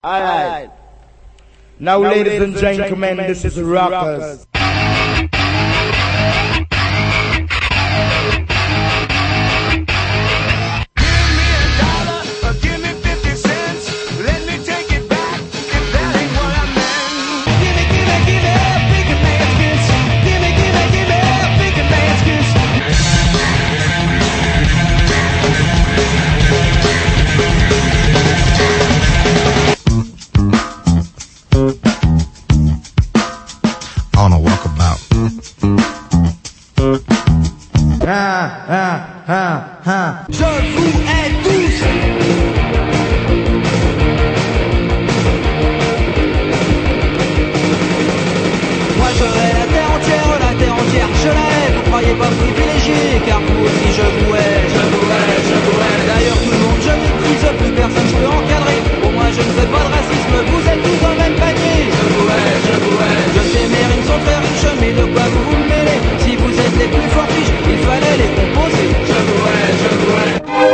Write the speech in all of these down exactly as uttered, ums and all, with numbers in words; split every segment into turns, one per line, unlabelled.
Alright. Now, ladies and gentlemen, this is Rockers.
On a walkabout.
Ah, ah, ah, ah.
Je vous hais tous. Moi je hais la terre entière, la terre entière je la hais. Vous croyez pas privilégié, car vous aussi je vous hais. Je vous hais, je vous hais. D'ailleurs tout le monde je méprise, plus personne je peux encadrer. Pour moi je ne fais pas de racisme, vous êtes tous dans le même panier. Je vous hais, je vous hais. Je sais mes rimes sont très riches, mais de quoi vous vous mêlez? Si vous êtes les plus forts riches, il fallait les composer. Je vous hais, je vous hais.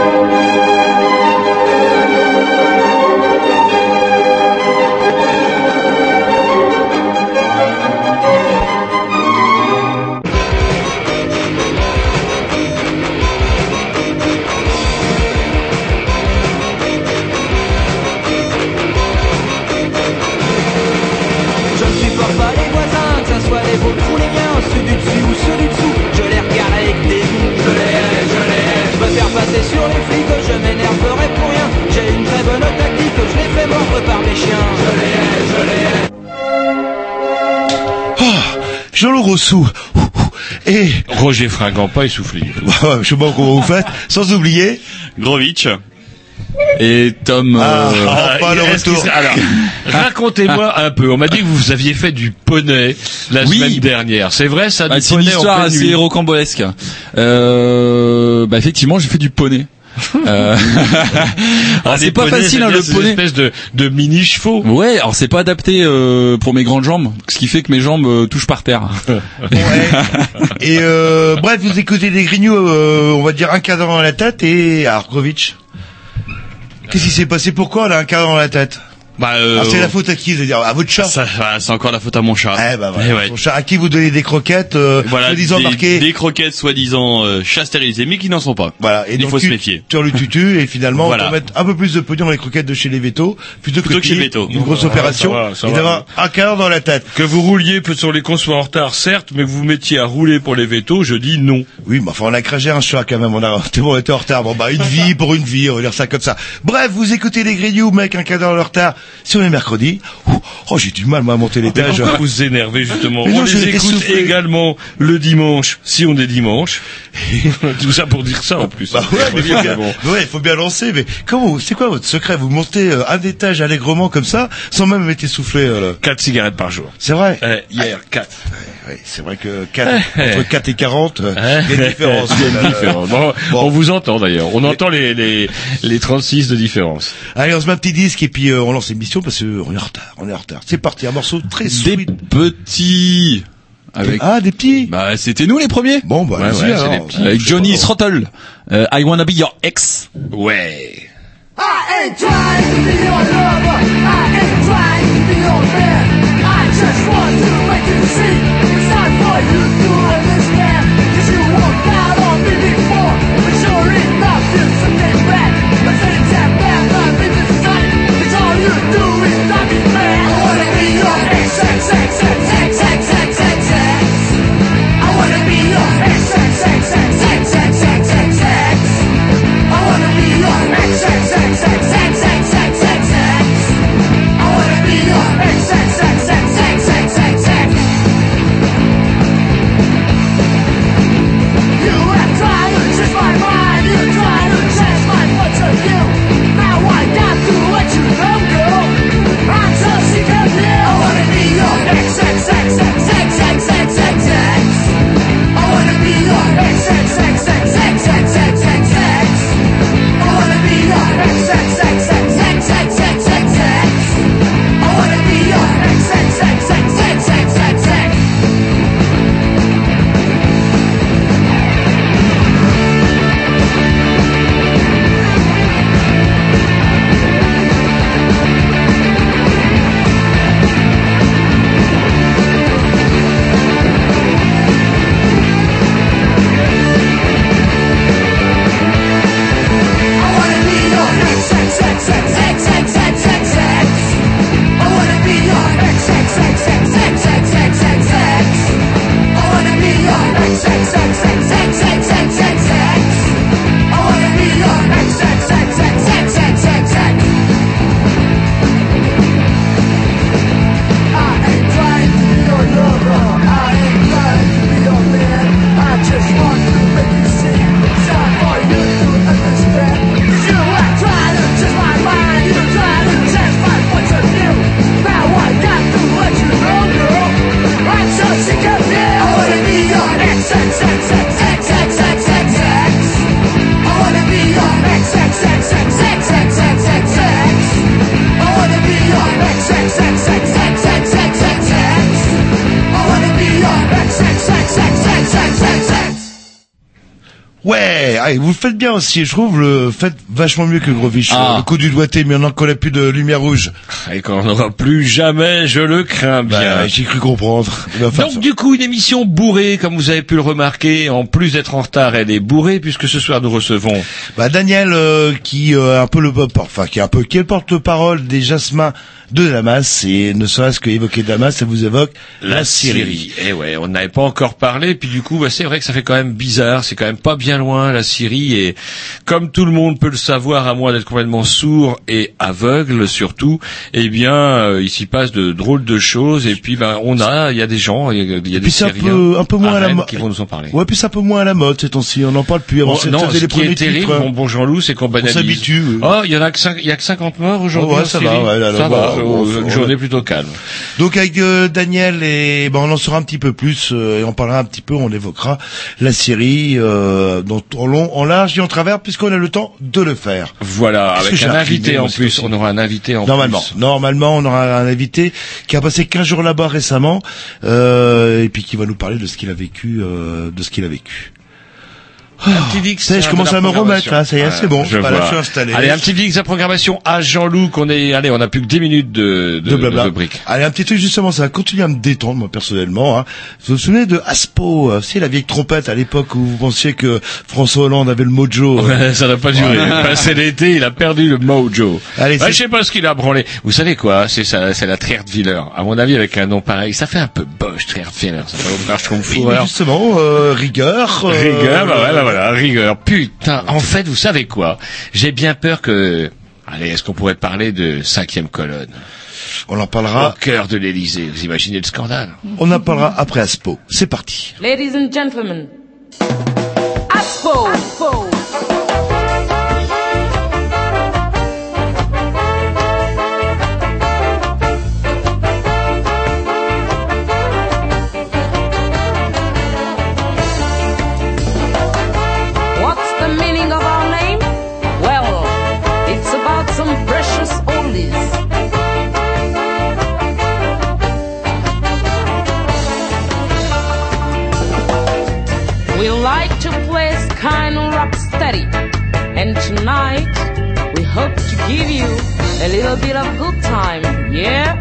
Je ne supporte pas les voisins, que ce soit les vôtres ou les miens, ceux du dessus ou ceux du dessous, je les regarde avec dégoût. Je les hais, je les hais. Je préfère passer sur les flics, je m'énerverai pour rien. J'ai une très bonne tactique, je les fais mordre par mes chiens. Je les hais, je les hais.
Oh, Jean-Laurent Rousseau. Et,
Roger Fringant, pas essoufflé du tout.
je sais pas comment vous faites, sans oublier.
Grovitch.
Et Tom...
Ah,
euh,
ah, pas le
est-ce
retour.
qu'il- Alors, racontez-moi un peu. On m'a dit que vous aviez fait du poney la
Oui.
semaine dernière. C'est vrai, ça,
bah,
du
c'est une
poney en
histoire
pleine
assez
nuit.
rocambolesque. Euh, bah effectivement, j'ai fait du poney. Euh, alors c'est
Les
pas
poneys,
facile hein,
c'est-à-dire
le
ces
poney.
espèces de, de mini chevaux.
Ouais, alors c'est pas adapté euh, pour mes grandes jambes, ce qui fait que mes jambes euh, touchent par terre.
Ouais. Et euh, bref, vous écoutez des grignoux, euh, on va dire un quart d'heure dans la tête et Arkovitch. Qu'est-ce qui s'est passé? Pourquoi là un quart d'heure dans la tête?
Bah, euh,
Ah, c'est la faute à qui? C'est-à-dire à votre chat?
ça, ça, c'est encore la faute à mon chat.
Eh ben voilà.
Eh ouais.
Son chat, à qui vous donnez des croquettes, euh,
Voilà,
soi-disant
des,
marquées.
des croquettes soi-disant euh, chat stérilisées, mais qui n'en sont pas.
Voilà. Et
Il
donc
faut se
tu,
méfier.
tu le tutu et finalement
Voilà.
on peut mettre un peu plus de pognon dans les croquettes de chez les vétos plutôt,
Plutôt que chez
payer
Veto.
une grosse
Ah,
opération
ça va, ça
et
va.
d'avoir un quart d'heure dans la tête.
Que vous rouliez peu sur les cons soit en retard, certes, mais que vous mettiez à rouler pour les vétos, je dis non.
Oui, mais enfin on a cragé un chat quand même. On a c'est bon, on était en retard. Bon bah une vie pour une vie, on va dire ça comme ça. Bref, vous écoutez les grignoux, mec, un quart d'heure de retard. Si on est mercredi, oh, oh, j'ai du mal moi à monter l'étage.
Pourquoi vous vous énervez justement?
Mais
On
non, je
les
l'ai
écoute
essoufflé.
également le dimanche, si on est dimanche. Tout ça pour dire ça en plus.
Bah ouais, mais faut bien,
bon.
ouais, il faut bien lancer. Mais comment, c'est quoi votre secret? Vous montez euh, un étage allègrement comme ça, sans même être essoufflé. Euh, là.
Quatre cigarettes par jour.
C'est vrai.
Eh, hier, quatre.
Ouais, c'est vrai que quatre,
Eh, eh.
entre quatre et quarante, euh, il y a une différence.
Il y a une
Euh,
différence. Bon,
bon.
On vous entend d'ailleurs. On entend les, les, les trente-six de différence.
Allez, on se met un petit disque et puis euh, on lance l'émission parce que on est en retard. On est en retard. C'est parti, un morceau très
Des
sweet.
petits... Avec...
Ah, des petits.
Bah c'était nous les premiers.
Bon, bah,
Ouais,
allez-y,
ouais, c'est
alors.
des petits.
Avec Johnny Throttle. Euh, I Wanna Be Your Ex.
Ouais.
I ain't trying to be your lover, I ain't trying to be your man. I just want to make you see it's time for you to understand. Cause you walked out on me before, but sure enough you took it back. But then it's that bad love in this time, cause all you do is drive me mad. I wanna be your ex, ex, ex, ex, ex, ex, ex, ex, ex. I wanna be your ex, ex, ex, ex, ex, ex, ex, ex, ex. I wanna be your ex, ex, ex, ex, ex, ex, ex, ex, ex.
Ouais, ah, et vous le faites bien aussi, je trouve, le faites vachement mieux que Grovich.
Ah.
Le coup du doigté, mais on n'en connaît plus de lumière rouge.
Et qu'on n'aura plus jamais, je le crains bien.
Bah, j'ai cru comprendre. Il va faire
Donc
ça.
du coup, une émission bourrée, comme vous avez pu le remarquer, en plus d'être en retard, elle est bourrée, puisque ce soir nous recevons...
Bah, Daniel, euh, qui euh, un peu le enfin qui est un peu qui est le porte-parole des Jasmins de Damas, et ne serait-ce que évoquer Damas, ça vous évoque la, Syrie.
Et ouais, on n'avait pas encore parlé, puis du coup, bah, c'est vrai que ça fait quand même bizarre, c'est quand même pas bien loin, la Syrie, et comme tout le monde peut le savoir, à moins d'être complètement sourd et aveugle surtout, eh bien, euh, il s'y passe de drôles de choses, et puis ben, on a, il y a des gens, il y a, il y a des
puis c'est un
Syriens
peu, un peu moins à la
Rennes
mode.
qui vont nous en parler.
Ouais, puis c'est un peu moins à la mode ces temps-ci, on n'en parle plus. Avant,
Bon,
c'était-
non,
c'était
ce
les
qui est
premiers
terrible,
titres.
mon bon Jean-Loup, c'est qu'on banalise.
s'habitue, oui.
Oh, il y en a que cinq, il y a que cinquante morts aujourd'hui
Oh, ouais,
en
ça
Syrie.
va, ouais, là, là,
ça
bon,
va,
bon,
euh, une
bon,
journée
ouais.
plutôt calme.
Donc avec euh, Daniel, et ben on en saura un petit peu plus, euh, et on parlera un petit peu, on évoquera la Syrie, euh, dont en long, en large et en travers, puisqu'on a le temps de le faire.
Voilà,
Qu'est-ce
avec
que
un
j'ai
invité
raffiné,
en
moi, c'est
plus,
possible.
on aura un invité en
Normalement,
plus.
normalement, on aura un invité qui a passé quinze jours là-bas récemment, euh, et puis qui va nous parler de ce qu'il a vécu, euh, de ce qu'il a vécu.
Un petit dix,
Ça y est, je
hein,
commence
de la
à me remettre,
programmation.
là, ça y est, c'est bon.
Je
Voilà,
vois.
je suis installé.
Allez, un petit dix à programmation à Jean-Loup qu'on est, allez, on a plus que dix minutes de, de,
de blabla.
de briques.
Allez, un petit truc justement, ça va continuer à me détendre, moi personnellement. Hein. Vous vous souvenez de Aspo, euh, c'est la vieille trompette à l'époque où vous pensiez que François Hollande avait le mojo. euh.
Ouais, ça n'a pas duré. Passé l'été, il a perdu le mojo.
Allez,
Ouais,
c'est-
je sais pas ce qu'il a branlé. Vous savez quoi? C'est ça, c'est la Triertwiller. À mon avis, avec un nom pareil, ça fait un peu boche, Triertwiller. Ça fait autre chose
Oui, mais justement, euh, rigueur. euh,
Rigueur, bah ouais, bah voilà, rigueur. Putain, en fait, vous savez quoi? J'ai bien peur que... Allez, est-ce qu'on pourrait parler de cinquième colonne?
On en
Au
parlera,
cœur de l'Élysée. Vous imaginez le scandale?
on en parlera après Aspo. C'est parti.
Ladies and gentlemen, Aspo. Aspo. What's the meaning of our name? Well, it's about some precious oldies. We like to play kind of rock steady, and tonight we hope to give you a little bit of good time, yeah?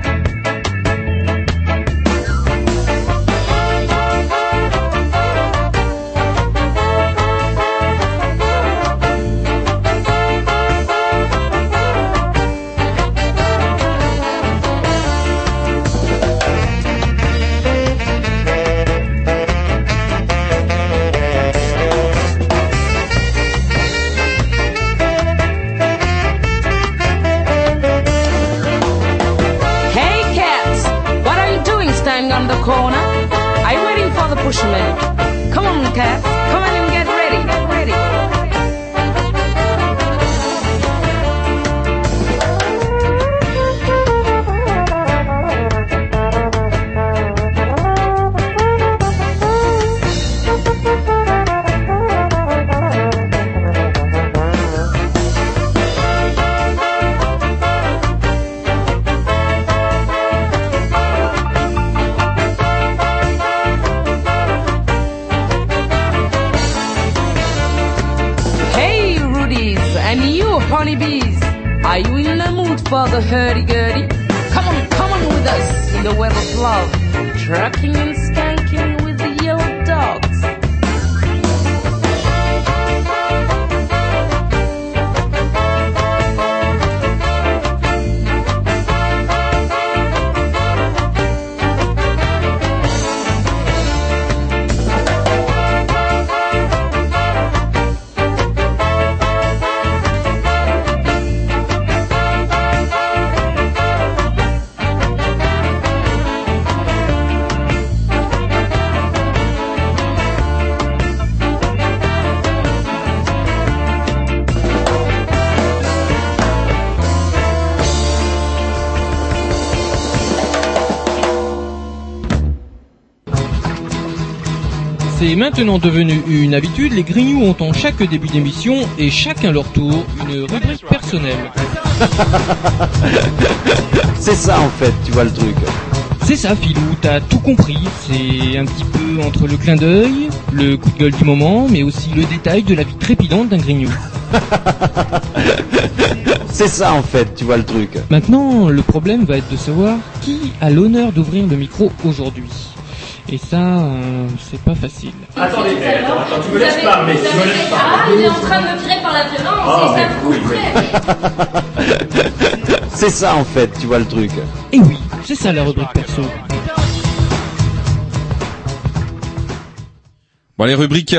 Hey cats, what are you doing standing on the corner? Are you waiting for the pushman? Come on cats, come on and get ready, get ready. Hey Rudies and you honeybees, are you in the mood for the hurdy-gurdy? Come on, come on with us in the web of love, trucking and skanking with the yellow dogs.
C'est maintenant devenu une habitude, les Grignoux ont en chaque début d'émission et chacun leur tour une rubrique personnelle.
C'est ça en fait, tu vois le truc.
C'est C'est ça, Philou, t'as tout compris. C'est un petit peu entre le clin d'œil, le coup de gueule du moment, mais aussi le détail de la vie trépidante d'un grignou.
C'est ça en fait, tu vois le truc.
Maintenant, le problème va être de savoir qui a l'honneur d'ouvrir le micro aujourd'hui. Et ça, euh, c'est pas facile.
Attendez, attends, attends, tu me laisses parler, tu me laisses parler.
Ah, il est en train de me tirer par la violence,
Oh,
et ça
mais
vous
oui,
plaît.
C'est ça en fait, tu vois le truc.
Et oui, c'est ça la rubrique perso.
Bon, les rubriques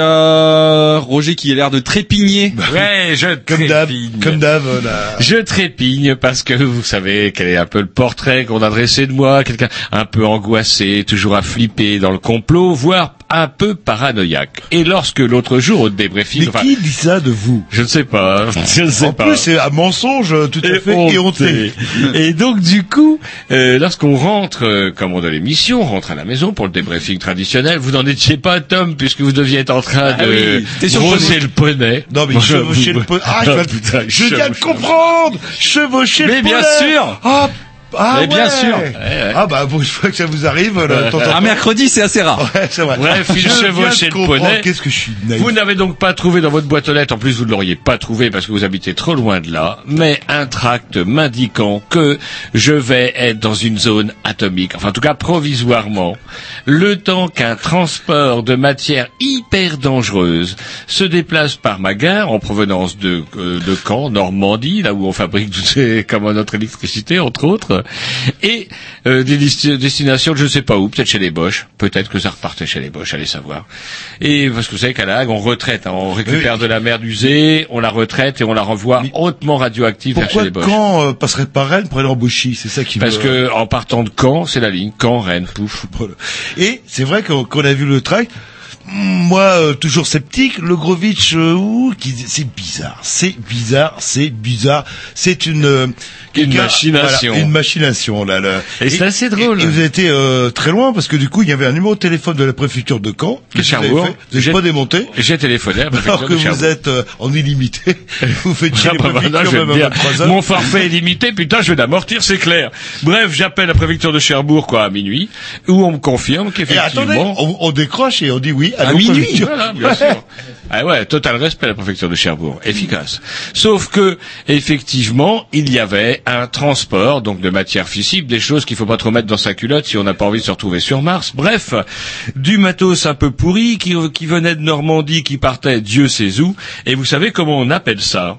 à Roger qui a l'air de trépigner.
Ouais, je
Comme d'hab,
trépigne.
comme d'hab, là.
Je trépigne parce que vous savez quel est un peu le portrait qu'on a dressé de moi, quelqu'un un peu angoissé, toujours à flipper dans le complot, voire un peu paranoïaque. Et lorsque l'autre jour au débriefing,
Mais
enfin,
qui dit ça de vous?
je ne sais pas, je ne sais
En
pas.
plus, c'est un mensonge tout à
Et
fait éhonté.
Et donc du coup, euh, lorsqu'on rentre, euh, comme on de l'émission, on rentre à la maison pour le débriefing traditionnel. Vous n'en étiez pas, Tom, puisque vous deviez être en train
Ah
de
oui, t'es sur le
brosser le poney.
Non, mais
Moi,
chevaucher
vous-
le poney. Ah,
Ah,
je viens-
putain,
je viens de
chevaucher-
comprendre! Chevaucher le
Mais
poney!
bien sûr!
Ah, ah
Mais bien
ouais.
sûr.
Ouais, ouais.
Ah, bah, pour une fois que ça vous arrive, là, temps, temps,
Un mercredi, c'est assez rare.
Ouais, c'est vrai.
Bref, il
Je viens de
chevauchait le
comprendre.
poney.
Qu'est-ce que je suis naïf.
Vous n'avez donc pas trouvé dans votre boîte aux lettres, en plus vous ne l'auriez pas trouvé parce que vous habitez trop loin de là, mais un tract m'indiquant que je vais être dans une zone atomique, enfin en tout cas provisoirement, le temps qu'un transport de matière hyper dangereuse se déplace par ma gare en provenance de, euh, de Caen, Normandie, là où on fabrique toutes ces, comme notre électricité entre autres, et euh, des desti- destinations, je ne sais pas où, peut-être chez les Boches, peut-être que ça repartait chez les Boches, allez savoir. Et parce que vous savez qu'à la Hague, on retraite, hein, on récupère
Oui.
de la merde usée, on la retraite et on la renvoie
Mais
hautement radioactive vers chez
Pourquoi
les Boches.
quand euh, passerait par Rennes pour aller en Bouchy? C'est ça qui
Parce
me...
que en partant de Caen, c'est la ligne Caen, Rennes, pouf.
Voilà. Et c'est vrai qu'on qu'on a vu le track. Moi, euh, toujours sceptique, le Grovitch, euh, ouh, qui, c'est bizarre, c'est bizarre, c'est bizarre, c'est une euh,
Une
quelqu'un-
machination.
voilà, une machination là. là.
Et c'est assez drôle.
Et, et vous avez été euh, très loin parce que du coup, il y avait un numéro de téléphone de la préfecture de Caen.
De
Qu'est-ce que vous avez
Cherbourg.
fait Vous n'avez
J'ai-
pas démonté.
J'ai téléphoné à la préfecture
Alors que
de
vous
Cherbourg.
êtes euh, en illimité, vous faites chier
Ah
les
bah voilà,
préfectures
je vais
même
te
à
dire,
vingt-trois heures.
mon forfait est limité, putain, je vais l'amortir, c'est clair. Bref, j'appelle la préfecture de Cherbourg, quoi, à minuit, où on me confirme
Et attendez,
qu'effectivement...
on, on décroche et on dit oui.
À
allô,
minuit.
préfecture.
Voilà, bien sûr. Ah ouais, total respect à la préfecture de Cherbourg. Efficace. Sauf que, effectivement, il y avait un transport, donc de matière fissible, des choses qu'il faut pas trop mettre dans sa culotte si on n'a pas envie de se retrouver sur Mars. Bref, du matos un peu pourri qui, qui venait de Normandie, qui partait Dieu sait où. Et vous savez comment on appelle ça?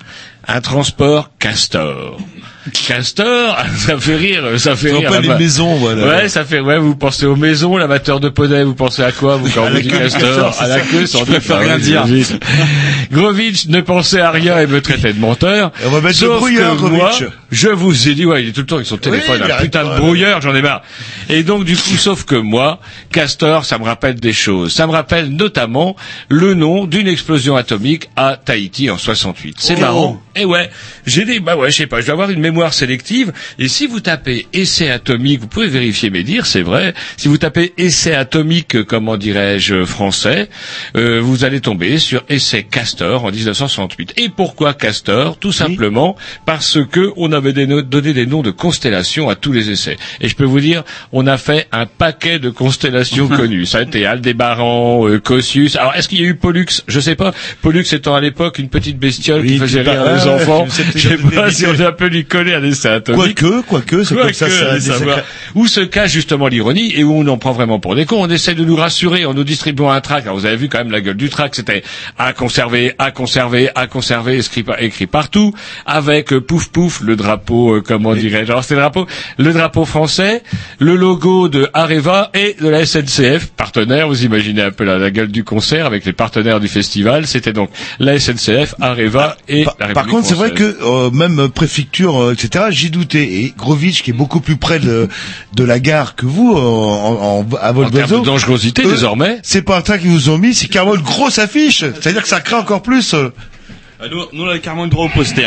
Un transport Castor. Castor, ça fait rire, ça fait
Ça
rire.
rappelle
là-bas.
les maisons, voilà.
Ouais, ça fait, ouais, vous pensez aux maisons, l'amateur de poney, vous pensez à quoi, vous, quand
À
vous
la
dites
queue du
Castor?
castor, c'est
À la
ça.
queue, sans
Je préfère
doute.
rien
Ah oui,
dire.
j'imagine. Grovitch ne pensait à rien et me traitait de menteur.
Et on va mettre
Sauf
le brouilleur,
que moi,
Grovitch.
je vous ai dit, ouais, il est tout le temps avec son téléphone,
Oui, il
un
arrête
putain
pas,
de
là.
brouilleur, j'en ai marre. Et donc, du coup, sauf que moi, Castor, ça me rappelle des choses. Ça me rappelle notamment le nom d'une explosion atomique à Tahiti en soixante-huit. C'est
Oh.
marrant. Et ouais, j'ai dit, bah ouais, je sais pas, je dois avoir une mémoire sélective. Et si vous tapez essai atomique, vous pouvez vérifier mes dires, c'est vrai. Si vous tapez essai atomique, euh, comment dirais-je, français, euh, vous allez tomber sur essai Castor en dix-neuf cent soixante-huit. Et pourquoi Castor? Tout simplement parce que on avait des no- donné des noms de constellations à tous les essais. Et je peux vous dire, on a fait un paquet de constellations connues. Ça a été Aldébaran, euh, Cautius. Alors, est-ce qu'il y a eu Pollux? Je sais pas. Pollux étant à l'époque une petite bestiole qui
Oui,
faisait
tout à-
rire les
ah,
enfants.
c'était-
Je sais pas si
c'était-
on a pu lui coller un essai atomique.
Quoique, quoique, c'est comme
Quoique,
ça, ça a
allez
des
savoir.
sacrés-
Où se cache justement l'ironie et où on en prend vraiment pour des cons. On essaie de nous rassurer en nous distribuant un tract. Alors vous avez vu quand même la gueule du tract, c'était à conserver, à conserver, à conserver, écrit, par- écrit partout, avec euh, pouf pouf le drapeau, euh, comment dirais-je, alors c'est le drapeau, le drapeau français, le logo de Areva et de la S N C F, partenaire. Vous imaginez un peu la, la gueule du concert avec les partenaires du festival. C'était donc la S N C F, Areva et
Par,
la République
par contre, c'est vrai
française.
que euh, même préfecture, euh, et cetera, j'y doutais. Et Grovitch, qui est beaucoup plus près de, de la gare que vous, euh, en, en, à vol
En termes
d'oiseau,
de dangerosité,
eux,
désormais.
c'est pas un train qu'ils vous ont mis, c'est carrément une grosse affiche. C'est-à-dire que ça craint encore plus. euh.
Euh, Nous, nous, on a carrément une droit au poster, nous.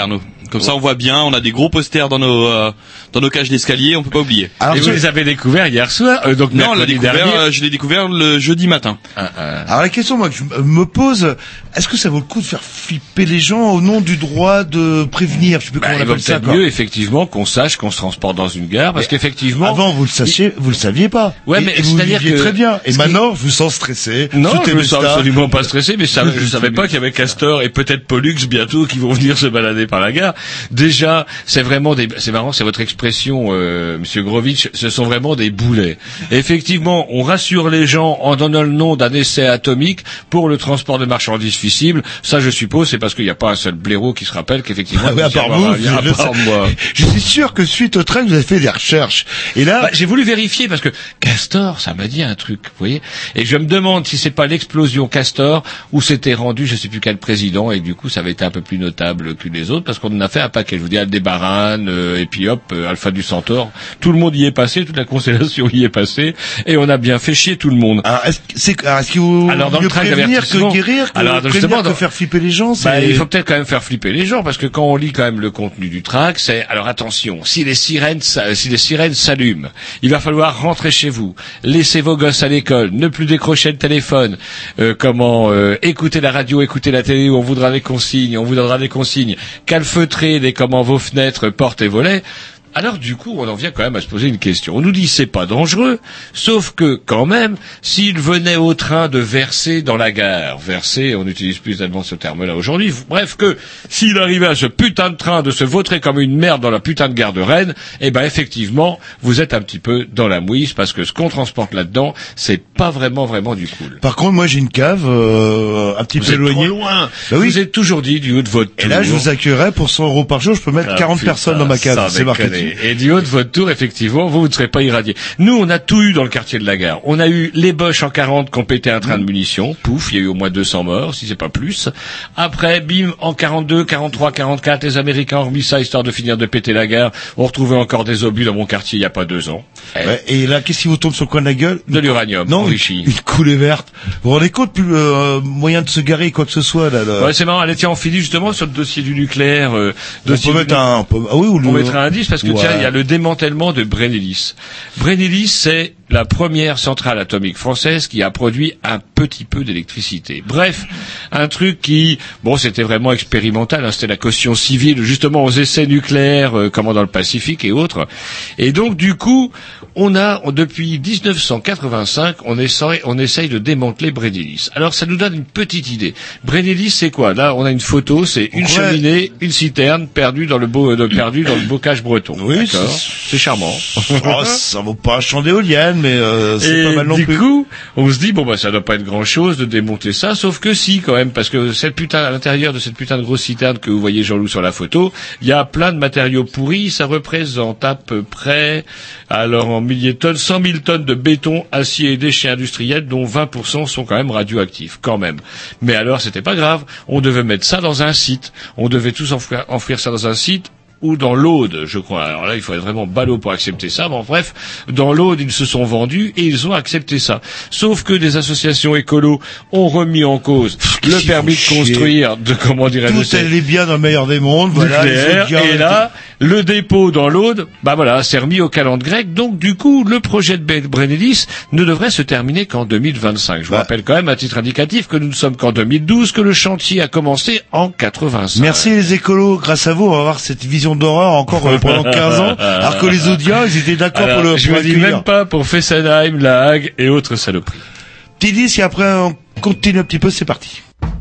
Comme ça, on voit bien. On a des gros posters dans nos euh, dans nos cages d'escalier. On peut pas oublier.
Alors,
et vous
je-
les avez découverts hier soir, euh, donc
Non, on l'a
mercredi
découvert.
dernier.
euh, je l'ai découvert le jeudi matin.
Ah, ah.
Alors la question moi que je me pose, est-ce que ça vaut le coup de faire flipper les gens au nom du droit de prévenir? Je sais plus
Bah,
comment on
il vaut
appelle ça.
peut-être
quoi.
mieux effectivement qu'on sache qu'on se transporte dans une gare, parce
Mais
qu'effectivement.
Avant, vous le sachiez, vous le saviez pas.
Ouais,
Et-
mais
et vous
c'est-à-dire
viviez
que-
très bien. Et
ce qui-
maintenant, je vous sens stressé.
Non,
tout est
je me sens
besta.
absolument pas stressé, mais ça, je savais pas qu'il y avait Castor et peut-être Pollux bientôt qui vont venir se balader par la gare. Déjà, c'est vraiment des, c'est marrant, c'est votre expression, euh, Monsieur Grovitch, ce sont vraiment des boulets. Effectivement, on rassure les gens en donnant le nom d'un essai atomique pour le transport de marchandises fissibles. Ça, je suppose, c'est parce qu'il n'y a pas un seul blaireau qui se rappelle qu'effectivement,
Ah oui,
il
à
doit y
part
avoir
vous,
un lien, à
je
part
sais.
moi.
Je suis sûr que suite au train, vous avez fait des recherches. Et là,
Bah, j'ai voulu vérifier parce que Castor, ça m'a dit un truc, vous voyez. Et je me demande si c'est pas l'explosion Castor où s'était rendu, je sais plus quel président, et du coup, ça avait été un peu plus notable que les autres parce qu'on en a fait un paquet. Je vous dis, Aldébaran, euh, et puis hop, euh, Alpha du Centaure. Tout le monde y est passé, toute la constellation y est passée, et on a bien fait chier tout le monde.
alors, est-ce que c'est, alors, est-ce qu'il vaut
Alors, dans
mieux
le train
prévenir
d'avertissement-
que guérir, que
Alors,
prévenir
justement,
que
dans-
faire flipper les gens?
Bah,
c'est-
il faut peut-être quand même faire flipper les gens parce que quand on lit quand même le contenu du tract, c'est alors attention, si les sirènes s'a- si les sirènes s'allument, il va falloir rentrer chez vous, laisser vos gosses à l'école, ne plus décrocher le téléphone, euh, comment euh, écouter la radio, écouter la télé où on voudra des consignes, on vous donnera des consignes, calfeutrer les comment vos fenêtres, portes et volets. Alors du coup, on en vient quand même à se poser une question. On nous dit c'est pas dangereux, sauf que quand même, s'il venait au train de verser dans la gare, verser, on n'utilise plus tellement ce terme-là aujourd'hui, bref que s'il arrivait à ce putain de train de se vautrer comme une merde dans la putain de gare de Rennes, eh ben effectivement, vous êtes un petit peu dans la mouise parce que ce qu'on transporte là-dedans, c'est pas vraiment vraiment du cool.
Par contre, moi, j'ai une cave, euh, un petit
Vous
peu
êtes trop
éloignée.
loin.
Bah oui.
Vous êtes toujours dit du haut de votre
Et là, je
tour.
vous accueillerai pour cent euros par jour. Je peux mettre
Ah,
quarante
putain,
personnes dans ma cave.
sans
C'est marqué
déconner.
dessus.
Et du haut de votre tour, effectivement, vous, vous ne serez pas irradié. Nous, on a tout eu dans le quartier de la gare. On a eu les Boches en quarante qui ont pété un train de munitions. Pouf, il y a eu au moins deux cents morts, si c'est pas plus. Après, bim, en quarante-deux, quarante-trois, quarante-quatre, les Américains ont remis ça histoire de finir de péter la gare. On retrouvait encore des obus dans mon quartier il y a pas deux ans. Eh,
Ouais, et là, qu'est-ce qui vous tombe sur le coin de la gueule?
De l'uranium
Non, une,
enrichi.
une coulée verte. Vous vous rendez compte, plus euh, moyen de se garer, quoi que ce soit, là, là.
Ouais, c'est marrant. Allez, tiens, on finit justement sur le dossier du nucléaire. Euh,
On
dossier
peut
du
mettre un, on peut- ah oui, ou le-
On mettra un indice parce que
Ouais.
tiens, il y a le démantèlement de Brennelis. Brennelis, c'est la première centrale atomique française qui a produit un petit peu d'électricité. Bref, un truc qui, bon, c'était vraiment expérimental, hein, c'était la caution civile justement aux essais nucléaires, euh, comme dans le Pacifique et autres. Et donc, du coup, on a, depuis dix-neuf cent quatre-vingt-cinq, on essaye, on essaye de démanteler Brennelis. Alors, ça nous donne une petite idée. Brennelis, c'est quoi? Là, on a une photo, c'est une
Ouais.
cheminée, une citerne perdue dans le beau, de, perdue dans le bocage breton.
Oui,
D'accord.
c'est-
C'est charmant.
Oh, ça vaut pas un champ d'éolienne, mais euh, c'est
Et
pas mal non
du
plus.
coup, on se dit bon bah ça doit pas être grand chose de démonter ça, sauf que si quand même, parce que cette putain à l'intérieur de cette putain de grosse citerne que vous voyez Jean-Loup sur la photo, il y a plein de matériaux pourris. Ça représente à peu près, alors en milliers de tonnes, cent mille tonnes de béton, acier et déchets industriels, dont vingt pour cent sont quand même radioactifs, quand même. Mais alors c'était pas grave, on devait mettre ça dans un site, on devait tous enfouir, enfouir ça dans un site. Ou dans l'Aude, je crois. Alors là, il faut être vraiment ballot pour accepter ça. Mais bref, dans l'Aude, ils se sont vendus et ils ont accepté ça. Sauf que des associations écolos ont remis en cause le
qu'ils
permis de
font chier.
construire, de comment dirais-je,
Tout allait bien dans le meilleur des mondes, voilà. les
nucléaire.
autres gars,
Et là, le dépôt dans l'Aude, bah voilà, c'est remis au calendrier grec. Donc du coup, le projet de Be- Brennelis ne devrait se terminer qu'en deux mille vingt-cinq. Je vous
Bah.
rappelle quand même, à titre indicatif, que nous ne sommes qu'en deux mille douze, que le chantier a commencé en quatre-vingt-cinq.
Merci les écolos, grâce à vous, on va avoir cette vision d'horreur encore euh, pendant quinze ans, alors que les Audiens, ils étaient d'accord
Alors,
pour le
je
pour
me dis
l'accueillir.
même pas pour Fessenheim, La Hague et autres saloperies.
Petit disque et après on continue un petit peu, c'est parti.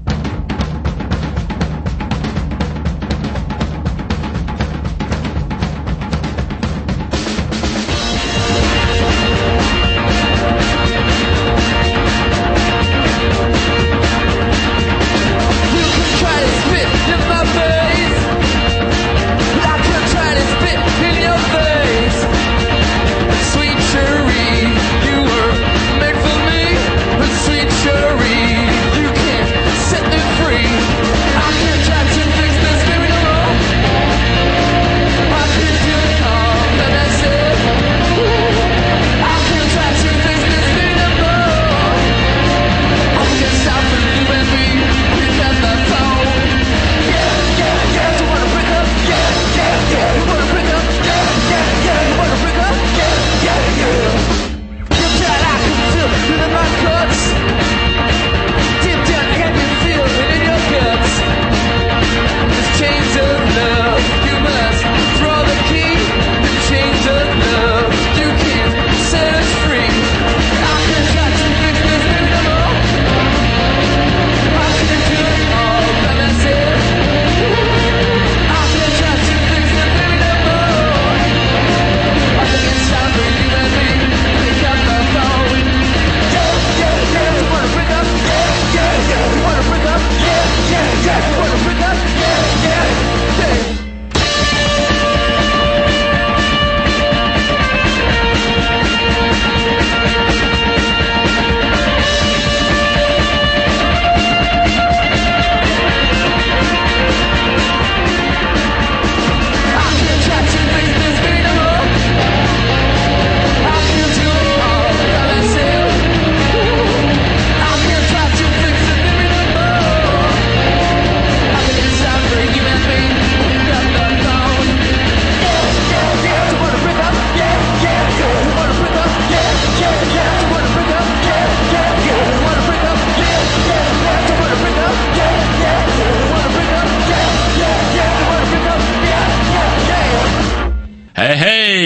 You can try to spit in my face. I can try to spit in your face. Sweet cherry, you were made for me. Sweet cherry, you can't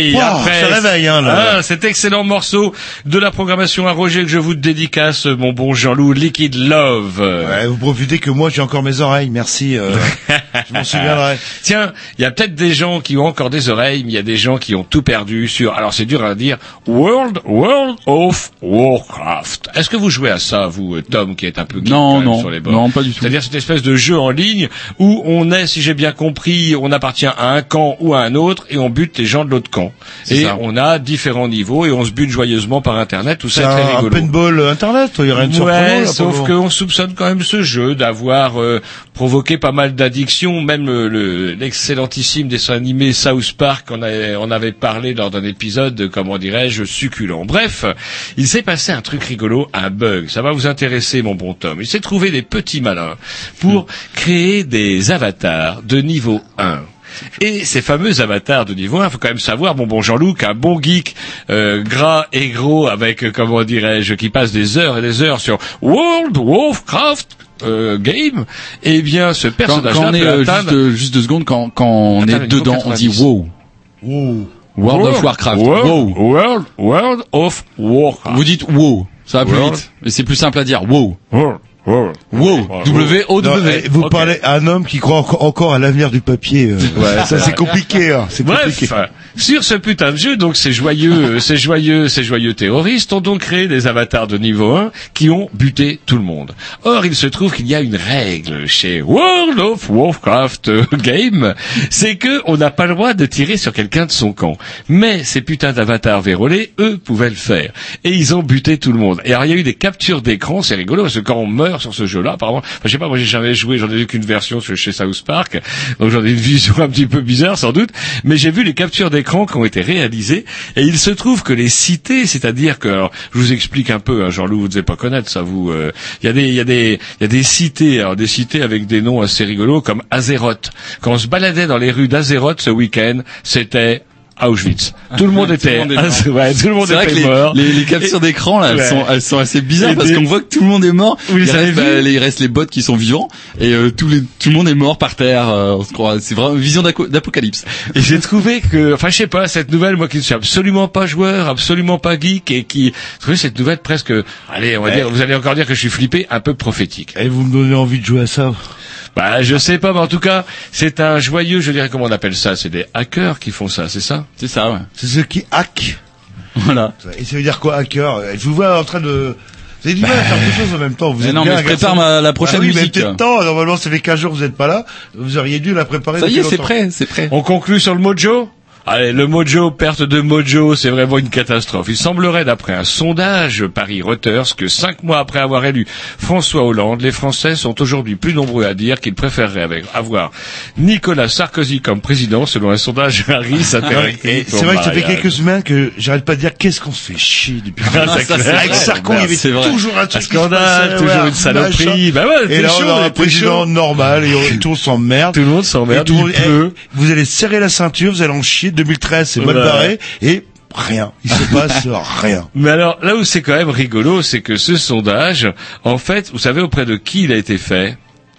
oui,
Wow,
après,
ça réveille, hein, là.
Ah, cet excellent morceau de la programmation à Roger que je vous dédicace, mon bon Jean-Loup, Liquid Love.
Ouais, vous profitez que moi j'ai encore mes oreilles, merci. Euh, je m'en souviendrai.
Tiens, il y a peut-être des gens qui ont encore des oreilles, mais il y a des gens qui ont tout perdu sur, alors c'est dur à dire, World, World of Warcraft. Est-ce que vous jouez à ça, vous, Tom, qui est un peu geek
Non,
quand même
non,
sur les bords?
non, pas du tout.
C'est-à-dire cette espèce de jeu en ligne où on est, si j'ai bien compris, on appartient à un camp ou à un autre et on bute les gens de l'autre camp.
C'est
Et
ça.
on a différents niveaux et on se bute joyeusement par Internet, tout ça
C'est
est très
un, un
rigolo.
paintball internet, il y a rien de surprenant
Ouais,
là.
sauf
pour-
qu'on soupçonne quand même ce jeu d'avoir euh, provoqué pas mal d'addictions. Même le, le- l'excellentissime dessin animé South Park, on, avait, on avait parlé lors d'un épisode, de, comment dirais-je, succulent. Bref, il s'est passé un truc rigolo, un bug. Ça va vous intéresser, mon bon Tom. Il s'est trouvé des petits malins pour créer des avatars de niveau un. Et ces fameux avatars de niveau un, il faut quand même savoir, mon bon Jean-Loup, qu'un bon geek euh, gras et gros avec, euh, comment dirais-je, qui passe des heures et des heures sur World of Warcraft euh, game, eh bien, ce
Quand,
personnage-là
quand on est,
peut
euh,
atteindre...
juste, euh, juste deux secondes, quand, quand on
Atteindre
est
le niveau
dedans, on dit
quatre-vingt-dix.
wow.
Wow.
World of Warcraft.
World,
Wow.
World, World of Warcraft.
Vous dites wow. Ça va plus
World.
vite. Mais c'est plus simple à dire. Wow.
World, World.
Wow. W O
Non,
W.
eh, vous
Ok.
parlez à un homme qui croit encore, encore à l'avenir du papier. euh.
Ouais,
ça c'est compliqué, hein. C'est
Bref,
compliqué.
sur ce putain de jeu, donc ces joyeux, ces joyeux, ces joyeux terroristes ont donc créé des avatars de niveau un qui ont buté tout le monde. Or, il se trouve qu'il y a une règle chez World of Warcraft euh, Game, c'est que on n'a pas le droit de tirer sur quelqu'un de son camp. Mais ces putains d'avatars vérolés, eux, pouvaient le faire. Et ils ont buté tout le monde. Et alors, il y a eu des captures d'écran, c'est rigolo, parce que quand on meurt sur ce jeu-là, apparemment, enfin, je sais pas, moi j'ai jamais joué, j'en ai vu qu'une version chez chez South Park, donc j'en ai une vision un petit peu bizarre sans doute, mais j'ai vu les captures d'écran qui ont été réalisées, et il se trouve que les cités, c'est-à-dire que, alors, je vous explique un peu, hein, Jean-Loup, vous devez pas connaître ça, vous, euh, il y a des, il y a des, il y a des cités, alors des cités avec des noms assez rigolos, comme Azeroth. Quand on se baladait dans les rues d'Azeroth ce week-end, c'était Auschwitz. Tout le monde était,
Tout le monde est mort.
ouais, tout le monde
C'est vrai que
était
les,
mort.
les, les captures d'écran là, elles
Ouais.
sont, elles sont assez bizarres
Et
parce
des-
qu'on voit que tout le monde est mort.
Vous
il,
les avez
reste, bah,
vus
les- il reste les bots qui sont vivants et euh, tous les, tout le monde est mort par terre. euh, on se croit, c'est vraiment une vision d'aco- d'apocalypse.
Et j'ai trouvé que, enfin, je sais pas, cette nouvelle, moi qui ne suis absolument pas joueur, absolument pas geek, et qui, je trouvais cette nouvelle presque, allez, on va
Ouais.
dire, vous allez encore dire que je suis flippé, un peu prophétique.
Et vous me donnez envie de jouer à ça.
Bah, je sais pas, mais en tout cas, c'est un joyeux, je dirais, comment on appelle ça? C'est des hackers qui font ça, c'est ça?
C'est ça, ouais.
C'est ceux qui hack.
Voilà.
Et ça veut dire quoi, hacker? Je vous vois en train de... Vous avez du mal à faire deux choses en même temps. Vous
Mais
êtes
non,
bien
mais
un
je prépare
garçon.
ma- la prochaine
Ah oui,
musique.
mais peut-être temps. Normalement, ça fait quinze jours que vous n'êtes pas là. Vous auriez dû la préparer.
Ça y
depuis
est, c'est
longtemps.
prêt, c'est prêt.
On conclut sur le mojo? Allez, le mojo, perte de mojo, c'est vraiment une catastrophe. Il semblerait, d'après un sondage Paris Reuters, que cinq mois après avoir élu François Hollande, les Français sont aujourd'hui plus nombreux à dire qu'ils préféreraient avec, avoir Nicolas Sarkozy comme président, selon un sondage Harris Interactive.
Et c'est vrai que ça fait quelques semaines que j'arrête pas de dire qu'est-ce qu'on se fait chier depuis.
Ah, c'est
Ça,
clair.
c'est
Avec
vrai.
Sarko, il y avait
C'est vrai.
toujours un
Un
truc qui se
scandale,
passait,
toujours
ouais,
une saloperie.
machin.
Bah ouais,
Et
t'es
là,
chaud,
on a un
t'es
président
chaud.
normal et on- tout le monde s'emmerde.
Tout le monde
Et
s'emmerde,
tout le
il
monde- eh,
pleut.
vous allez serrer la ceinture, vous allez en chier. deux mille treize, c'est mal
Ouais.
barré. Et rien. Il se passe rien.
Mais alors, là où c'est quand même rigolo, c'est que ce sondage, en fait, vous savez auprès de qui il a été fait?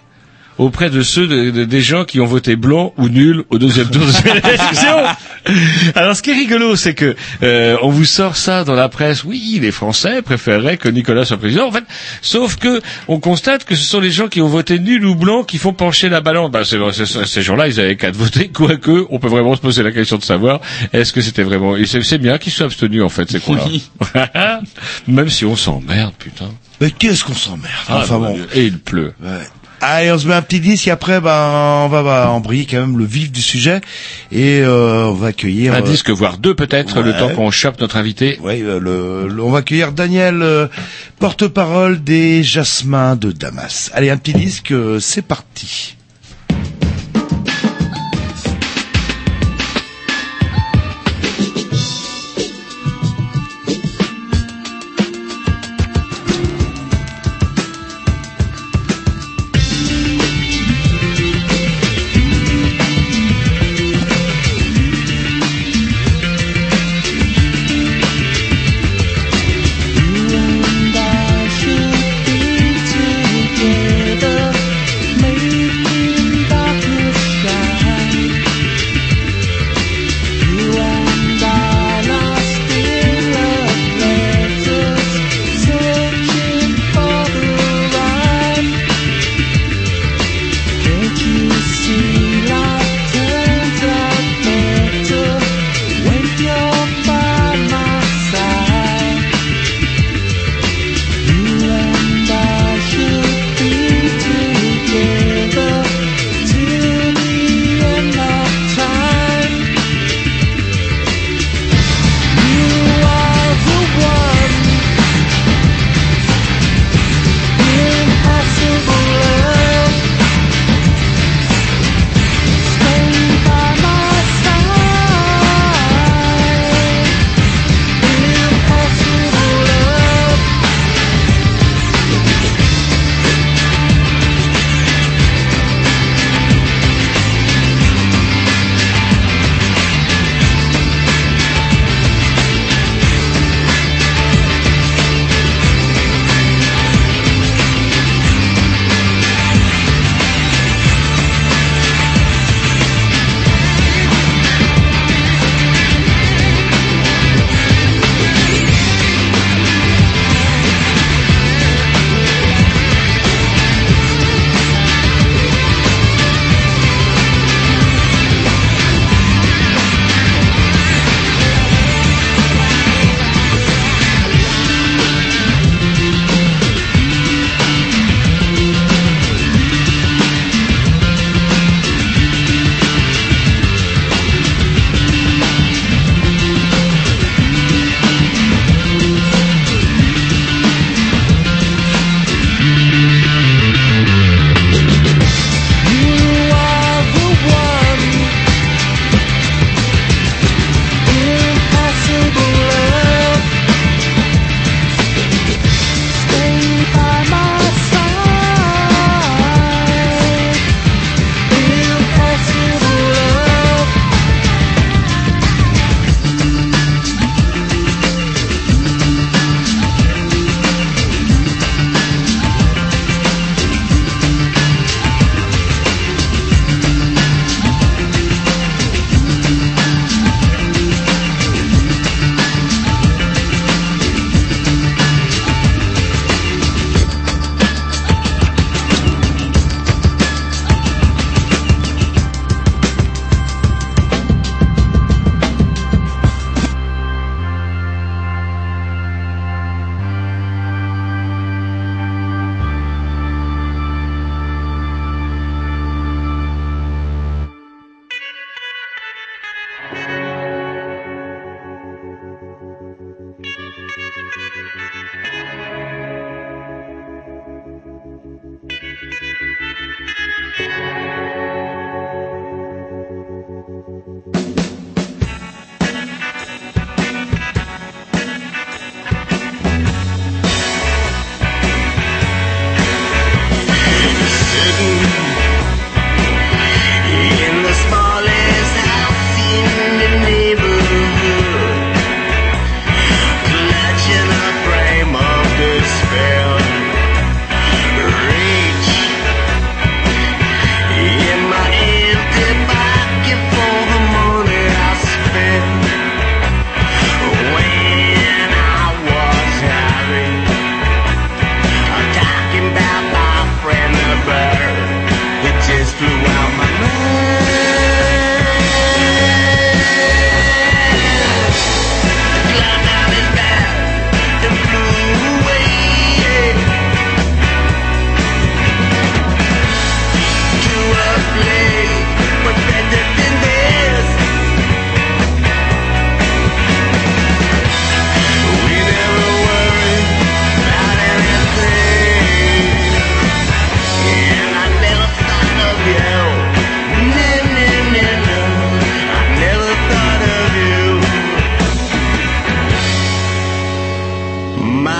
Auprès de ceux de, de- des gens qui ont voté blanc ou nul au deuxième tour de l'élection. Alors, ce qui est rigolo, c'est que euh, on vous sort ça dans la presse. Oui, les Français préféreraient que Nicolas soit président. En fait, sauf que on constate que ce sont les gens qui ont voté nul ou blanc qui font pencher la balance. Bah, c'est, c'est- ces gens-là, ils avaient qu'à voter. Quoique, on peut vraiment se poser la question de savoir est-ce que c'était vraiment. Et c'est, c'est bien qu'ils soient abstenus en fait, ces cons-là.
Oui.
Même si on s'emmerde, putain.
Mais qu'est-ce qu'on s'emmerde.
Ah,
Enfin
mon
bon.
Dieu. Et il pleut.
Ouais. Allez, on se met un petit disque et après, ben, on va bah, embrayer quand même le vif du sujet et euh, on va accueillir.
Un
euh,
disque, voire deux peut-être, le
ouais.
temps qu'on chope notre invité.
Ouais, euh, le, le- on va accueillir Daniel, euh, porte-parole des Jasmins de Damas. Allez, un petit disque, euh, c'est parti.
Together, making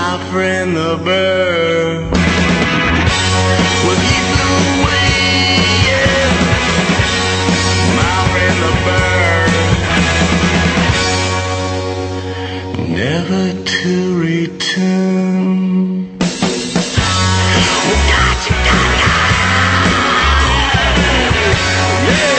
My friend the bird well, he flew away, yeah. My friend the bird never to return. Oh, gotcha, gotcha. Yeah.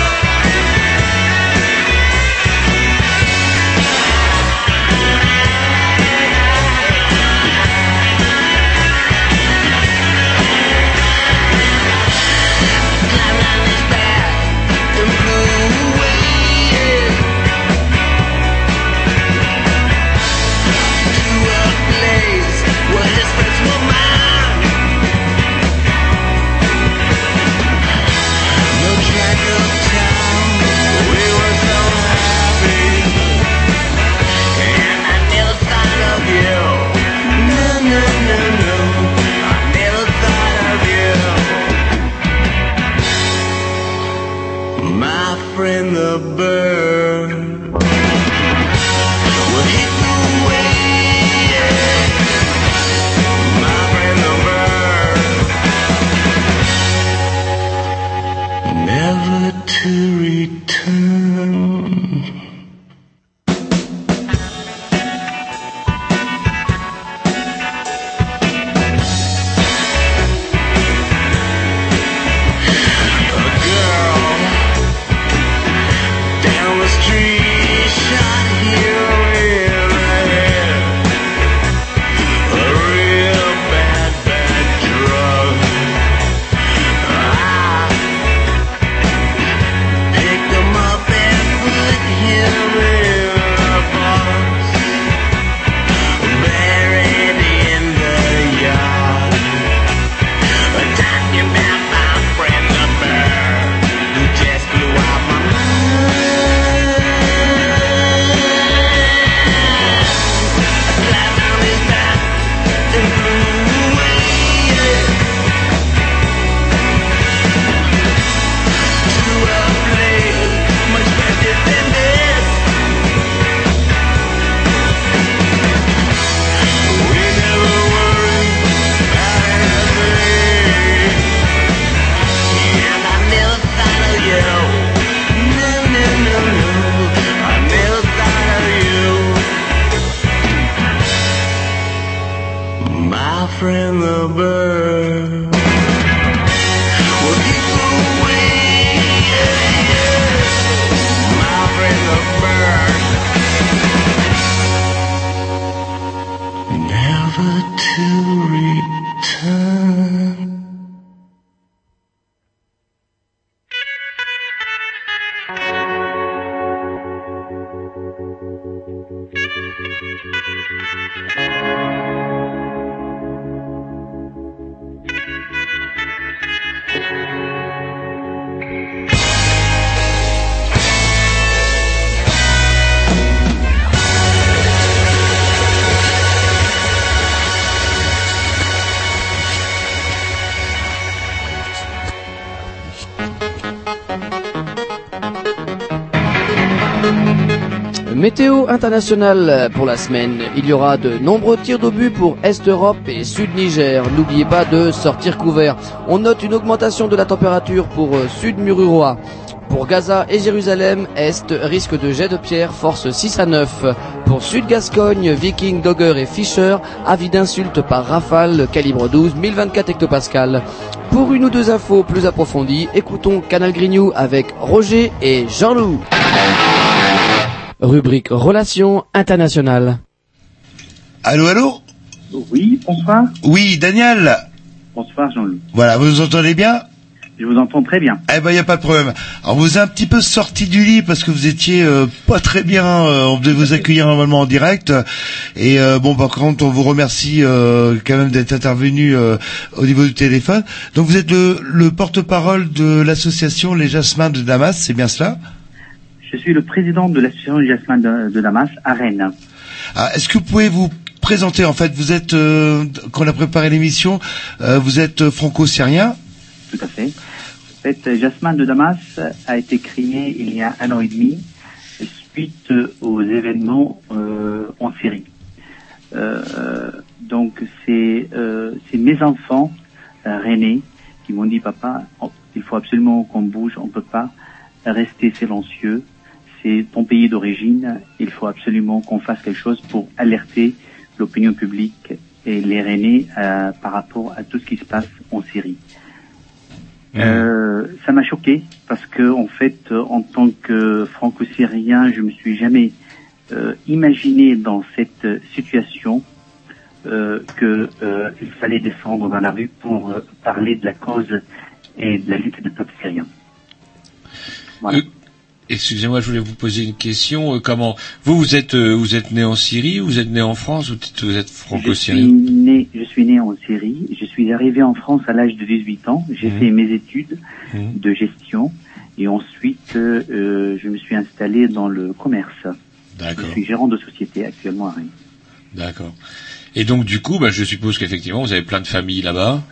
Friend the bird well, he flew away, yeah. My friend the bird never to return. Friend the bird well, he flew away, yeah. My friend the bird never to return.
Météo internationale pour la semaine. Il y aura de nombreux tirs d'obus pour Est-Europe et Sud-Niger. N'oubliez pas de sortir couvert. On note une augmentation de la température pour Sud-Mururoa. Pour Gaza et Jérusalem, Est, risque de jet de pierre, force six à neuf. Pour Sud-Gascogne, Viking, Dogger et Fisher, avis d'insulte par rafale, calibre douze, mille vingt-quatre hectopascales. Pour une ou deux infos plus approfondies, écoutons Canal Grignou avec Roger et Jean-Loup. Rubrique Relations internationales.
Allô, allô?
Oui, bonsoir.
Oui, Daniel.
Bonsoir, Jean-Loup.
Voilà, vous nous entendez bien?
Je vous entends très bien.
Eh ben, il n'y a pas de problème. Alors, vous êtes un petit peu sorti du lit parce que vous étiez euh, pas très bien. Euh, on devait vous accueillir normalement en direct. Et euh, bon, par contre, on vous remercie euh, quand même d'être intervenu euh, au niveau du téléphone. Donc, vous êtes le, le porte-parole de l'association Les Jasmins de Damas, c'est bien cela?
Je suis le président de l'association Les Jasmins de, de Damas à Rennes.
Ah, est-ce que vous pouvez vous présenter? En fait, vous êtes, euh, quand on a préparé l'émission, euh, vous êtes franco-syrien?
Tout à fait. En fait, Jasmins de Damas a été créé il y a un an et demi suite aux événements euh, en Syrie. Euh, mes enfants euh, rennais qui m'ont dit papa, oh, il faut absolument qu'on bouge, on peut pas rester silencieux. C'est ton pays d'origine, il faut absolument qu'on fasse quelque chose pour alerter l'opinion publique et les Rennais euh, par rapport à tout ce qui se passe en Syrie. Mmh. Euh, ça m'a choqué parce que en fait, en tant que franco-syrien, je me suis jamais euh, imaginé dans cette situation euh, que euh, il fallait descendre dans la rue pour euh, parler de la cause et de la lutte du peuple syrien. Voilà.
Euh... Excusez-moi, je voulais vous poser une question. Euh, comment vous vous êtes euh, vous êtes né en Syrie, vous êtes né en France, ou vous êtes franco-syrien?
Je suis né, je suis né en Syrie. Je suis arrivé en France à l'âge de dix-huit ans. J'ai mmh. fait mes études mmh. de gestion et ensuite euh, je me suis installé dans le commerce.
D'accord.
Je suis gérant de société actuellement à Rennes.
D'accord. Et donc du coup, bah, je suppose qu'effectivement vous avez plein de familles là-bas.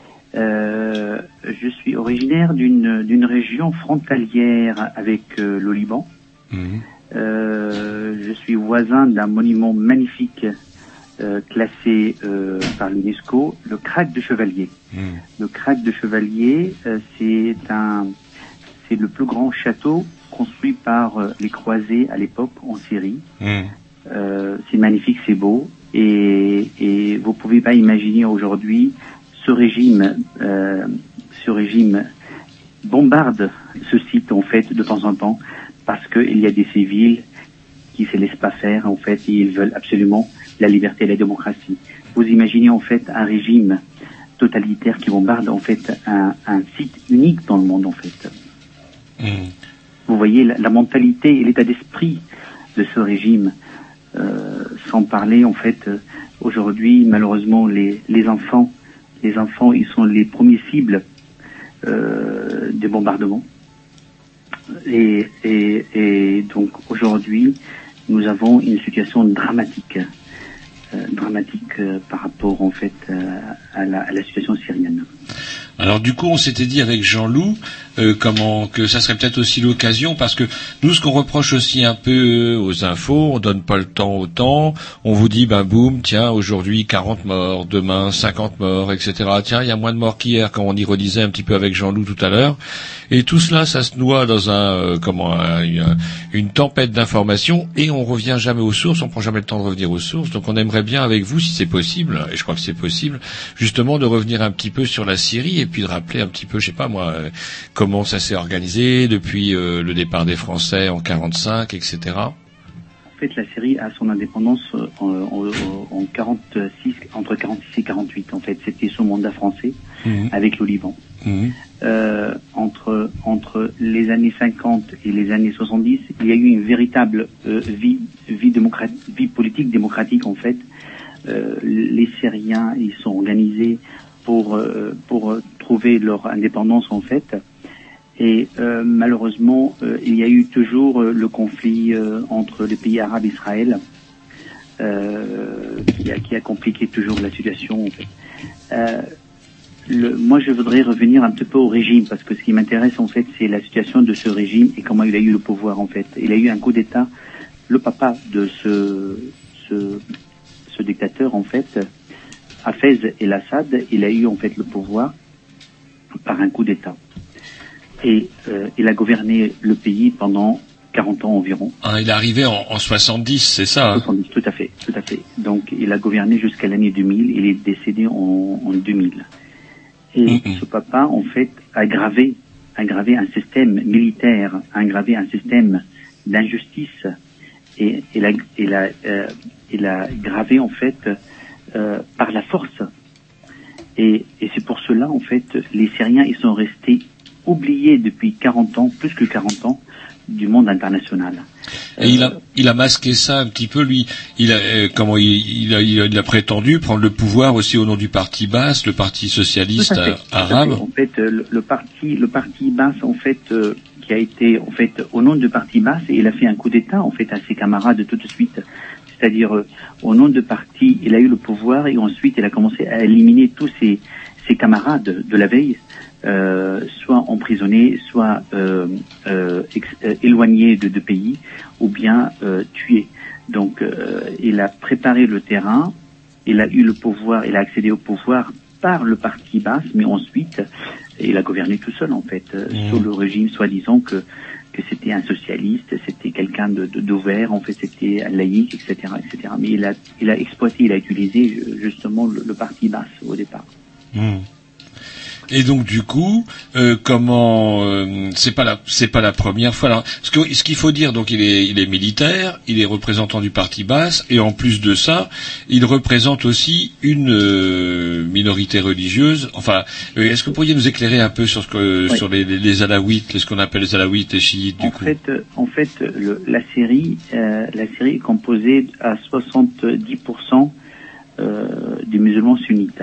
Euh, je suis originaire d'une d'une région frontalière avec euh, le Liban. Mmh. Euh, je suis voisin d'un monument magnifique euh, classé euh, par l'UNESCO, le Krach de Chevalier. Mmh. Le Krach de Chevalier, euh, c'est un c'est le plus grand château construit par euh, les croisés à l'époque en Syrie. Mmh. Euh, c'est magnifique, c'est beau, et et vous pouvez pas imaginer aujourd'hui. Ce régime, euh, ce régime bombarde ce site en fait de temps en temps parce qu'il y a des civils qui se laissent pas faire en fait et ils veulent absolument la liberté et la démocratie. Vous imaginez en fait un régime totalitaire qui bombarde en fait un, un site unique dans le monde en fait. Mmh. Vous voyez la, la mentalité et l'état d'esprit de ce régime, euh, sans parler en fait euh, aujourd'hui malheureusement les les enfants. Les enfants, ils sont les premiers cibles euh, des bombardements. Et, et, et donc aujourd'hui, nous avons une situation dramatique, euh, dramatique euh, par rapport en fait euh, à, la, à la situation syrienne.
Alors du coup, on s'était dit avec Jean-Loup euh, comment que ça serait peut-être aussi l'occasion, parce que nous, ce qu'on reproche aussi un peu aux infos, on donne pas le temps au temps, on vous dit, ben boum, tiens, aujourd'hui quarante morts, demain cinquante morts, et cetera. Tiens, il y a moins de morts qu'hier, quand on y redisait un petit peu avec Jean-Loup tout à l'heure. Et tout cela, ça se noie dans un euh, comment un, une, une tempête d'informations, et on revient jamais aux sources, on prend jamais le temps de revenir aux sources. Donc on aimerait bien avec vous, si c'est possible, et je crois que c'est possible, justement de revenir un petit peu sur la Syrie, et puis de rappeler un petit peu, je sais pas moi, euh, comment ça s'est organisé depuis euh, le départ des Français en quarante-cinq, et cetera.
En fait, la Syrie a son indépendance en, en, en quarante-six, entre quarante-six et quarante-huit. En fait, c'était sous mandat français mmh. avec le Liban. Mmh. Euh, entre entre les années cinquante et les années soixante-dix, il y a eu une véritable euh, vie vie démocratique, vie politique démocratique en fait. Euh, les Syriens, ils sont organisés pour euh, pour trouver leur indépendance en fait. Et euh, malheureusement, euh, il y a eu toujours euh, le conflit euh, entre les pays arabes et Israël, euh, qui, a, qui a compliqué toujours la situation. En fait. Euh, le, moi, je voudrais revenir un petit peu au régime, parce que ce qui m'intéresse en fait, c'est la situation de ce régime et comment il a eu le pouvoir en fait. Il a eu un coup d'État. Le papa de ce ce, ce dictateur en fait, Hafez el-Assad, il a eu en fait le pouvoir par un coup d'État. Et euh, il a gouverné le pays pendant quarante ans environ.
Ah, il est arrivé en, en soixante-dix, c'est ça hein?
soixante-dix, tout à fait, tout à fait. Donc il a gouverné jusqu'à l'année deux mille, il est décédé en, en deux mille. Et mm-hmm. ce papa, en fait, a gravé, a gravé un système militaire, a gravé un système d'injustice, et il a, il a, euh, il a gravé, en fait, euh, par la force. Et, et c'est pour cela, en fait, les Syriens, ils sont restés oublié depuis quarante ans, plus que quarante ans, du monde international.
Et euh, il a, il a masqué ça un petit peu, lui. Il a, euh, comment il, il, a, il, a, il a prétendu prendre le pouvoir aussi au nom du parti Baas, le parti socialiste
fait,
arabe.
En fait, le, le parti, le parti Baas, en fait, euh, qui a été, en fait, au nom du parti Baas, et il a fait un coup d'État, en fait, à ses camarades tout de suite. C'est-à-dire, euh, au nom de parti, il a eu le pouvoir et ensuite, il a commencé à éliminer tous ses, ses camarades de la veille. Euh, soit emprisonnés, soit euh, euh, ex, euh, éloignés de deux pays, ou bien euh, tués. Donc, euh, il a préparé le terrain, il a eu le pouvoir, il a accédé au pouvoir par le parti Baas, mais ensuite il a gouverné tout seul en fait, euh, mmh. sous le régime soi-disant que que c'était un socialiste, c'était quelqu'un de, de d'ouvert, en fait c'était un laïque, et cetera, et cetera. Mais il a il a exploité, il a utilisé justement le, le parti Baas au départ.
Mmh. Et donc du coup, euh, comment euh, c'est pas la c'est pas la première fois. Alors, ce que ce qu'il faut dire, donc il est il est militaire, il est représentant du parti Baas, et en plus de ça, il représente aussi une euh, minorité religieuse. Enfin, euh, est-ce que vous pourriez nous éclairer un peu sur ce que oui. sur les, les, les alaouites, ce qu'on appelle les alaouites, les chiites du
en
coup.
Fait, euh, en fait, le, la série euh, la série est composée à soixante-dix pour cent euh, des musulmans sunnites.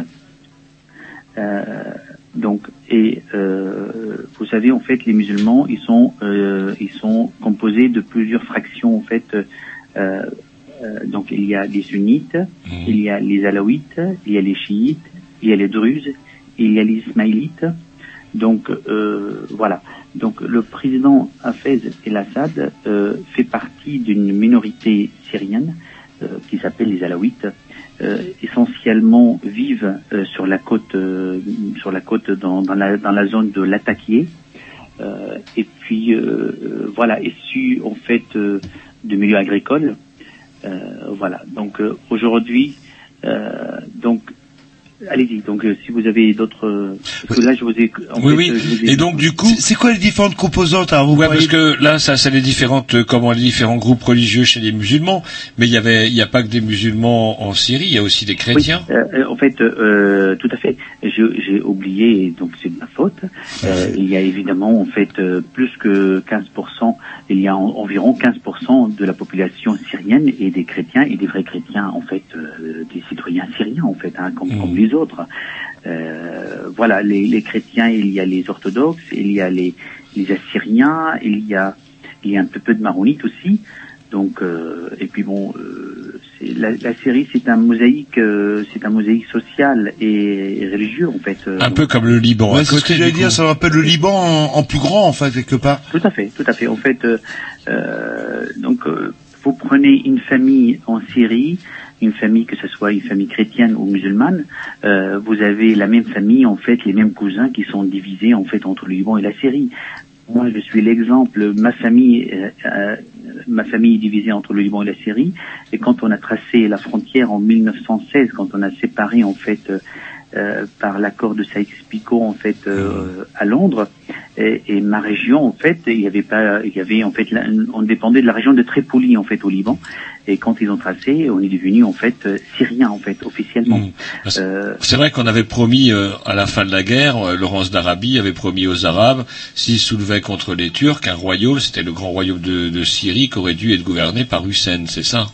Euh, Donc, et euh, vous savez, en fait, les musulmans, ils sont, euh, ils sont composés de plusieurs fractions, en fait. Euh, euh, donc, il y a les sunnites, mmh. il y a les alaouites, il y a les chiites, il y a les druzes, il y a les ismaélites. Donc, euh, voilà. Donc, le président Hafez el-Assad euh, fait partie d'une minorité syrienne euh, qui s'appelle les alaouites. Euh, essentiellement vivent euh, sur la côte, euh, sur la côte dans, dans la dans la zone de Latakia, euh, et puis euh, voilà, issus en fait euh, de milieux agricoles, euh, voilà. Donc euh, aujourd'hui, euh, donc allez-y. Donc euh, si vous avez d'autres, parce que là je vous ai. En
oui
fait,
oui.
Je vous ai...
Et donc du coup,
c'est quoi les différentes composantes alors, vous
ouais,
parlez...
parce que là, ça, c'est les différentes, euh, comment les différents groupes religieux chez les musulmans. Mais il y avait, il n'y a pas que des musulmans en Syrie, il y a aussi des chrétiens.
Oui, euh, en fait, euh, tout à fait. Je, j'ai oublié, donc c'est de ma faute. Euh, il y a évidemment, en fait, euh, plus que quinze pour cent. Il y a en, environ quinze pour cent de la population syrienne et des chrétiens et des vrais chrétiens, en fait, euh, des citoyens syriens, en fait, hein, comme, mmh. comme les autres. Euh, voilà, les, les chrétiens, il y a les orthodoxes, il y a les, les assyriens, il y a, il y a un peu, peu de maronites aussi. Donc, euh, et puis bon, euh, c'est, la, la série, c'est un mosaïque, euh, c'est un mosaïque social et, et religieux en fait. Euh,
un
donc,
peu comme le Liban.
Ouais, c'est ce que j'allais dire, ça rappelle le Liban en, en plus grand en fait quelque part.
Tout à fait, tout à fait. En fait, euh, euh, donc euh, vous prenez une famille en Syrie, une famille que ce soit une famille chrétienne ou musulmane, euh, vous avez la même famille en fait, les mêmes cousins qui sont divisés en fait entre le Liban et la Syrie. Moi, je suis l'exemple. Ma famille, euh, euh, ma famille est divisée entre le Liban et la Syrie. Et quand on a tracé la frontière en mille neuf cent seize, quand on a séparé en fait euh, euh, par l'accord de Sykes-Picot en fait euh, à Londres, et, et ma région en fait, il y avait pas, il y avait en fait, on dépendait de la région de Tripoli en fait au Liban. Et quand ils ont tracé, on est devenu en fait euh, syrien en fait officiellement. Mmh.
Euh, c'est vrai qu'on avait promis euh, à la fin de la guerre, euh, Laurence d'Arabie avait promis aux Arabes, s'ils soulevaient contre les Turcs, un royaume, c'était le grand royaume de, de Syrie, qui aurait dû être gouverné par Hussein, c'est ça?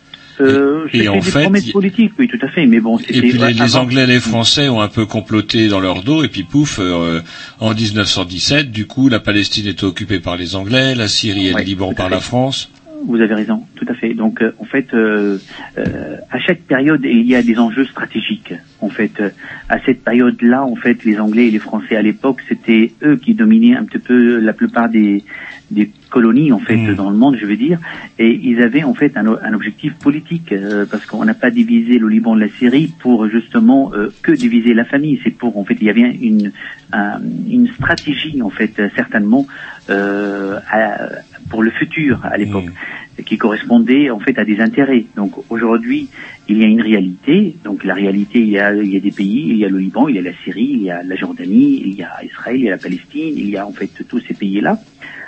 Euh, et, et en des fait, promesses politiques, oui, tout à fait, mais bon, c'était.
Et puis les, les Anglais et les Français ont un peu comploté dans leur dos, et puis pouf, euh, en dix-neuf cent dix-sept, du coup, la Palestine était occupée par les Anglais, la Syrie et ouais, le Liban par fait. la France.
Vous avez raison, tout à fait. Donc, euh, en fait, euh, euh, à chaque période, il y a des enjeux stratégiques. En fait, euh, à cette période-là, en fait, les Anglais et les Français à l'époque, c'était eux qui dominaient un petit peu la plupart des des colonies en fait mmh. dans le monde, je veux dire, et ils avaient en fait un, un objectif politique euh, parce qu'on n'a pas divisé le Liban de la Syrie pour justement euh, que diviser la famille. C'est pour en fait il y avait une un, une stratégie en fait certainement euh, à, pour le futur à l'époque mmh. qui correspondait en fait à des intérêts. Donc aujourd'hui il y a une réalité. Donc la réalité il y a il y a des pays, il y a le Liban, il y a la Syrie, il y a la Jordanie, il y a Israël, il y a la Palestine, il y a en fait tous ces pays là.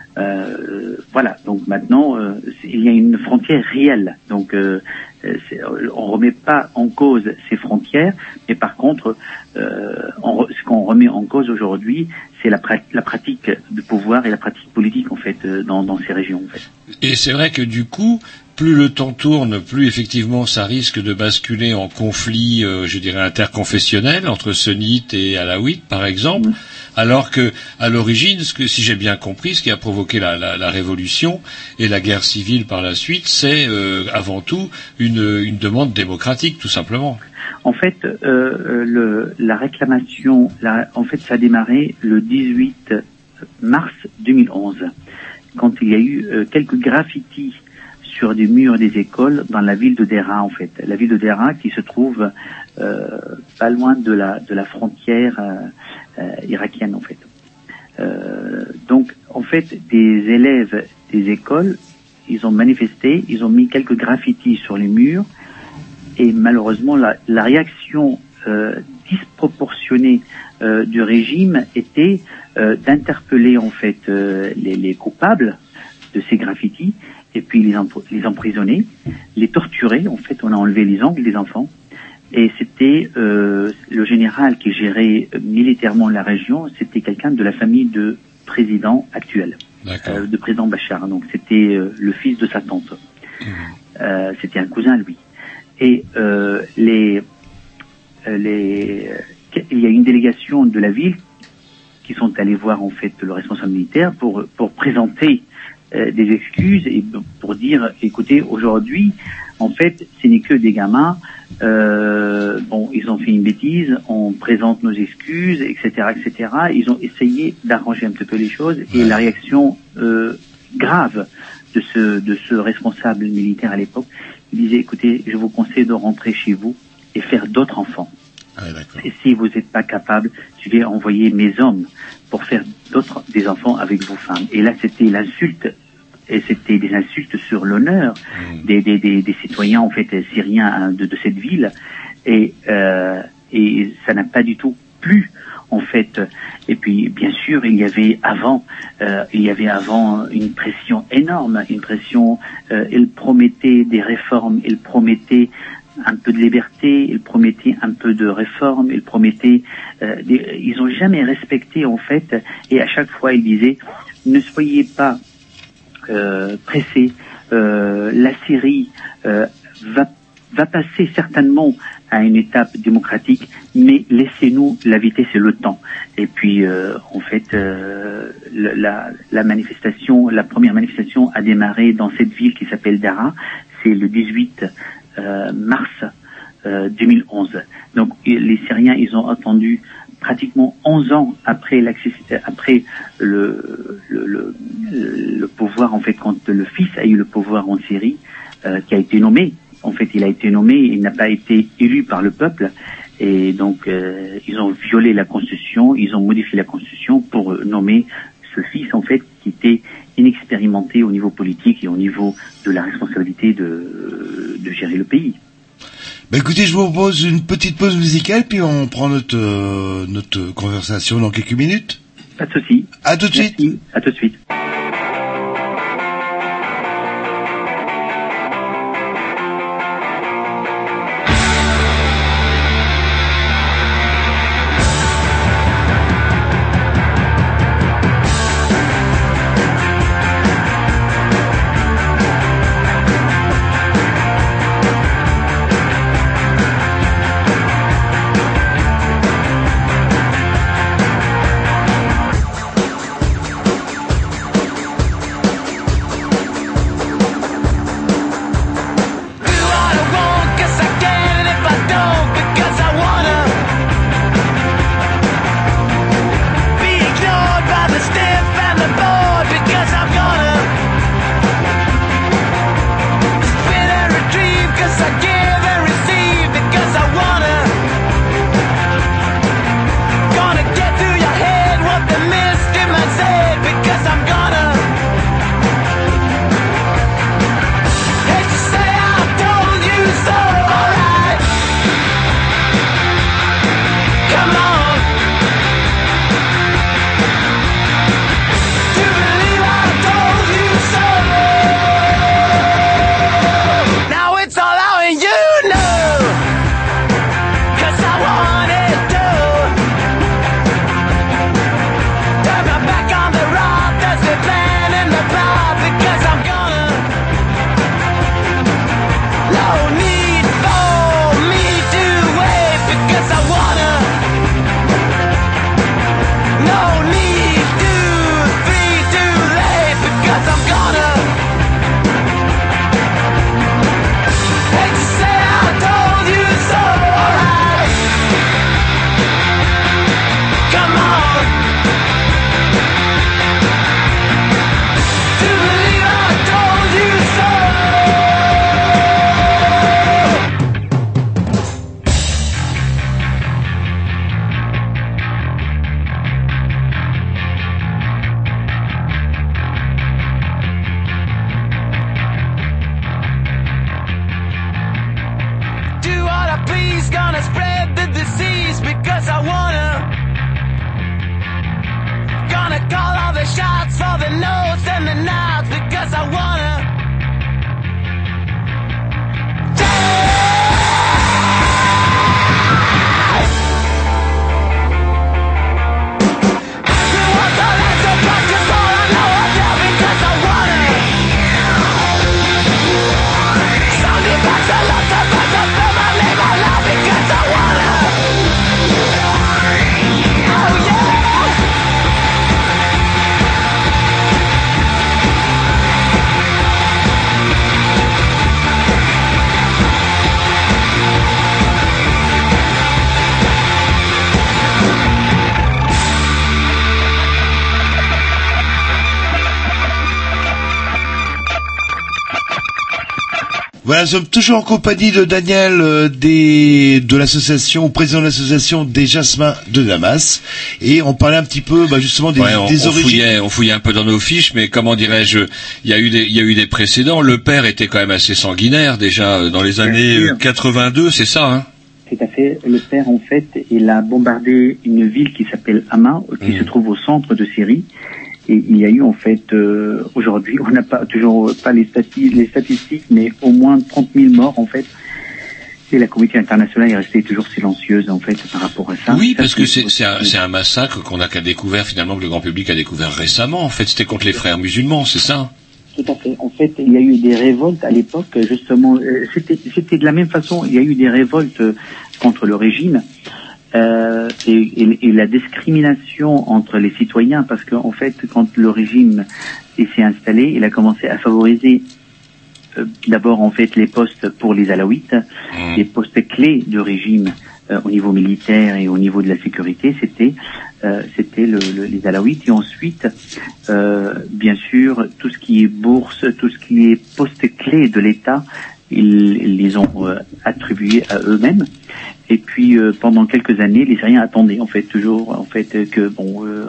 Euh, voilà, donc maintenant euh, il y a une frontière réelle, donc euh, on remet pas en cause ces frontières, mais par contre euh, on, ce qu'on remet en cause aujourd'hui, c'est la, pra- la pratique de pouvoir et la pratique politique en fait euh, dans, dans ces régions. En fait.
Et c'est vrai que du coup, plus le temps tourne, plus effectivement ça risque de basculer en conflit, euh, je dirais interconfessionnel entre sunnites et alaouites, par exemple. Mmh. Alors que, à l'origine, ce que, si j'ai bien compris, ce qui a provoqué la, la, la révolution et la guerre civile par la suite, c'est euh, avant tout une, une demande démocratique, tout simplement.
En fait, euh, le, la réclamation, la, en fait, ça a démarré le dix-huit mars deux mille onze, quand il y a eu euh, quelques graffitis sur des murs des écoles dans la ville de Dera, en fait. La ville de Dera qui se trouve euh, pas loin de la de la frontière euh, euh, irakienne, en fait. Euh, donc, en fait, des élèves des écoles, ils ont manifesté, ils ont mis quelques graffitis sur les murs, et malheureusement, la, la réaction euh, disproportionnée euh, du régime était euh, d'interpeller en fait euh, les, les coupables de ces graffitis, et puis les, empr- les emprisonner, les torturer. En fait, on a enlevé les ongles des enfants. Et c'était euh, le général qui gérait militairement la région, c'était quelqu'un de la famille de président actuel, euh, de président Bachar. Donc c'était euh, le fils de sa tante. Mmh. Euh, c'était un cousin, lui. Et euh, les, euh, les, il y a une délégation de la ville qui sont allés voir en fait le responsable militaire pour pour présenter euh, des excuses et pour dire, écoutez, aujourd'hui, en fait, ce n'est que des gamins. Euh, bon, ils ont fait une bêtise, on présente nos excuses, et cetera, et cetera. Ils ont essayé d'arranger un petit peu les choses, et la réaction euh, grave de ce de ce responsable militaire à l'époque, il disait, écoutez, je vous conseille de rentrer chez vous et faire d'autres enfants.
Ah, d'accord.
Et si vous n'êtes pas capable, je vais envoyer mes hommes pour faire d'autres des enfants avec vos femmes. Et là, c'était l'insulte. Et c'était des insultes sur l'honneur mmh. des, des, des, des citoyens en fait syriens de, de cette ville, et, euh, et ça n'a pas du tout plu en fait. Et puis bien sûr il y avait avant, euh, il y avait avant une pression énorme, une pression. Euh, il promettait des réformes, il promettait un peu de liberté, il promettait un peu de réforme, il promettait. Euh, des, ils ont jamais respecté en fait, et à chaque fois il disait ne soyez pas Euh, pressé, euh, la Syrie euh, va va passer certainement à une étape démocratique, mais laissez-nous la vitesse et le temps. Et puis euh, en fait euh, la la manifestation, la première manifestation a démarré dans cette ville qui s'appelle Dara, c'est le dix-huit euh, mars euh, deux mille onze. Donc les Syriens, ils ont attendu pratiquement onze ans après l'accès, après le, le, le, le pouvoir, en fait, quand le fils a eu le pouvoir en Syrie, euh, qui a été nommé, en fait, il a été nommé, il n'a pas été élu par le peuple, et donc euh, ils ont violé la Constitution, ils ont modifié la Constitution pour nommer ce fils, en fait, qui était inexpérimenté au niveau politique et au niveau de la responsabilité de, de gérer le pays.
Bah écoutez, je vous propose une petite pause musicale, puis on prend notre euh, notre conversation dans quelques minutes.
Pas de souci.
À tout de suite.
Merci. À tout de suite.
streets because I wanna. Gonna call all the shots for the notes and the nods because I wanna.
Voilà, nous sommes toujours en compagnie de Daniel euh, des, de l'association, président de l'association des Jasmins de Damas, et on parlait un petit peu, bah, justement des,
ouais, on,
des
on
origines.
Fouillait, on fouillait un peu dans nos fiches, mais comment dirais-je, il y a eu des, il y a eu des précédents. Le père était quand même assez sanguinaire déjà dans les années quatre-vingt-deux, c'est ça, hein?
Tout à fait. Le père, en fait, il a bombardé une ville qui s'appelle Hama, qui mmh. se trouve au centre de Syrie. Et il y a eu en fait, euh, aujourd'hui, on n'a pas toujours pas les, stati- les statistiques, mais au moins trente mille morts en fait. Et la communauté internationale est restée toujours silencieuse en fait par rapport à ça.
Oui,
ça,
parce que c'est, c'est, un, c'est un massacre qu'on a qu'à découvert finalement, que le grand public a découvert récemment. En fait, c'était contre les frères musulmans, c'est ça?
Tout à fait. En fait, il y a eu des révoltes à l'époque, justement. Euh, c'était, c'était de la même façon. Il y a eu des révoltes euh, contre le régime. Euh, et, et, et la discrimination entre les citoyens, parce qu'en fait, quand le régime s'est installé, il a commencé à favoriser euh, d'abord en fait les postes pour les alaouites, mmh. les postes clés du régime euh, au niveau militaire et au niveau de la sécurité, c'était euh, c'était le, le, les alaouites, et ensuite euh, bien sûr tout ce qui est bourse, tout ce qui est postes clés de l'État, ils, ils les ont euh, attribués à eux-mêmes. Et puis euh, pendant quelques années, les Syriens attendaient en fait toujours en fait que bon, euh,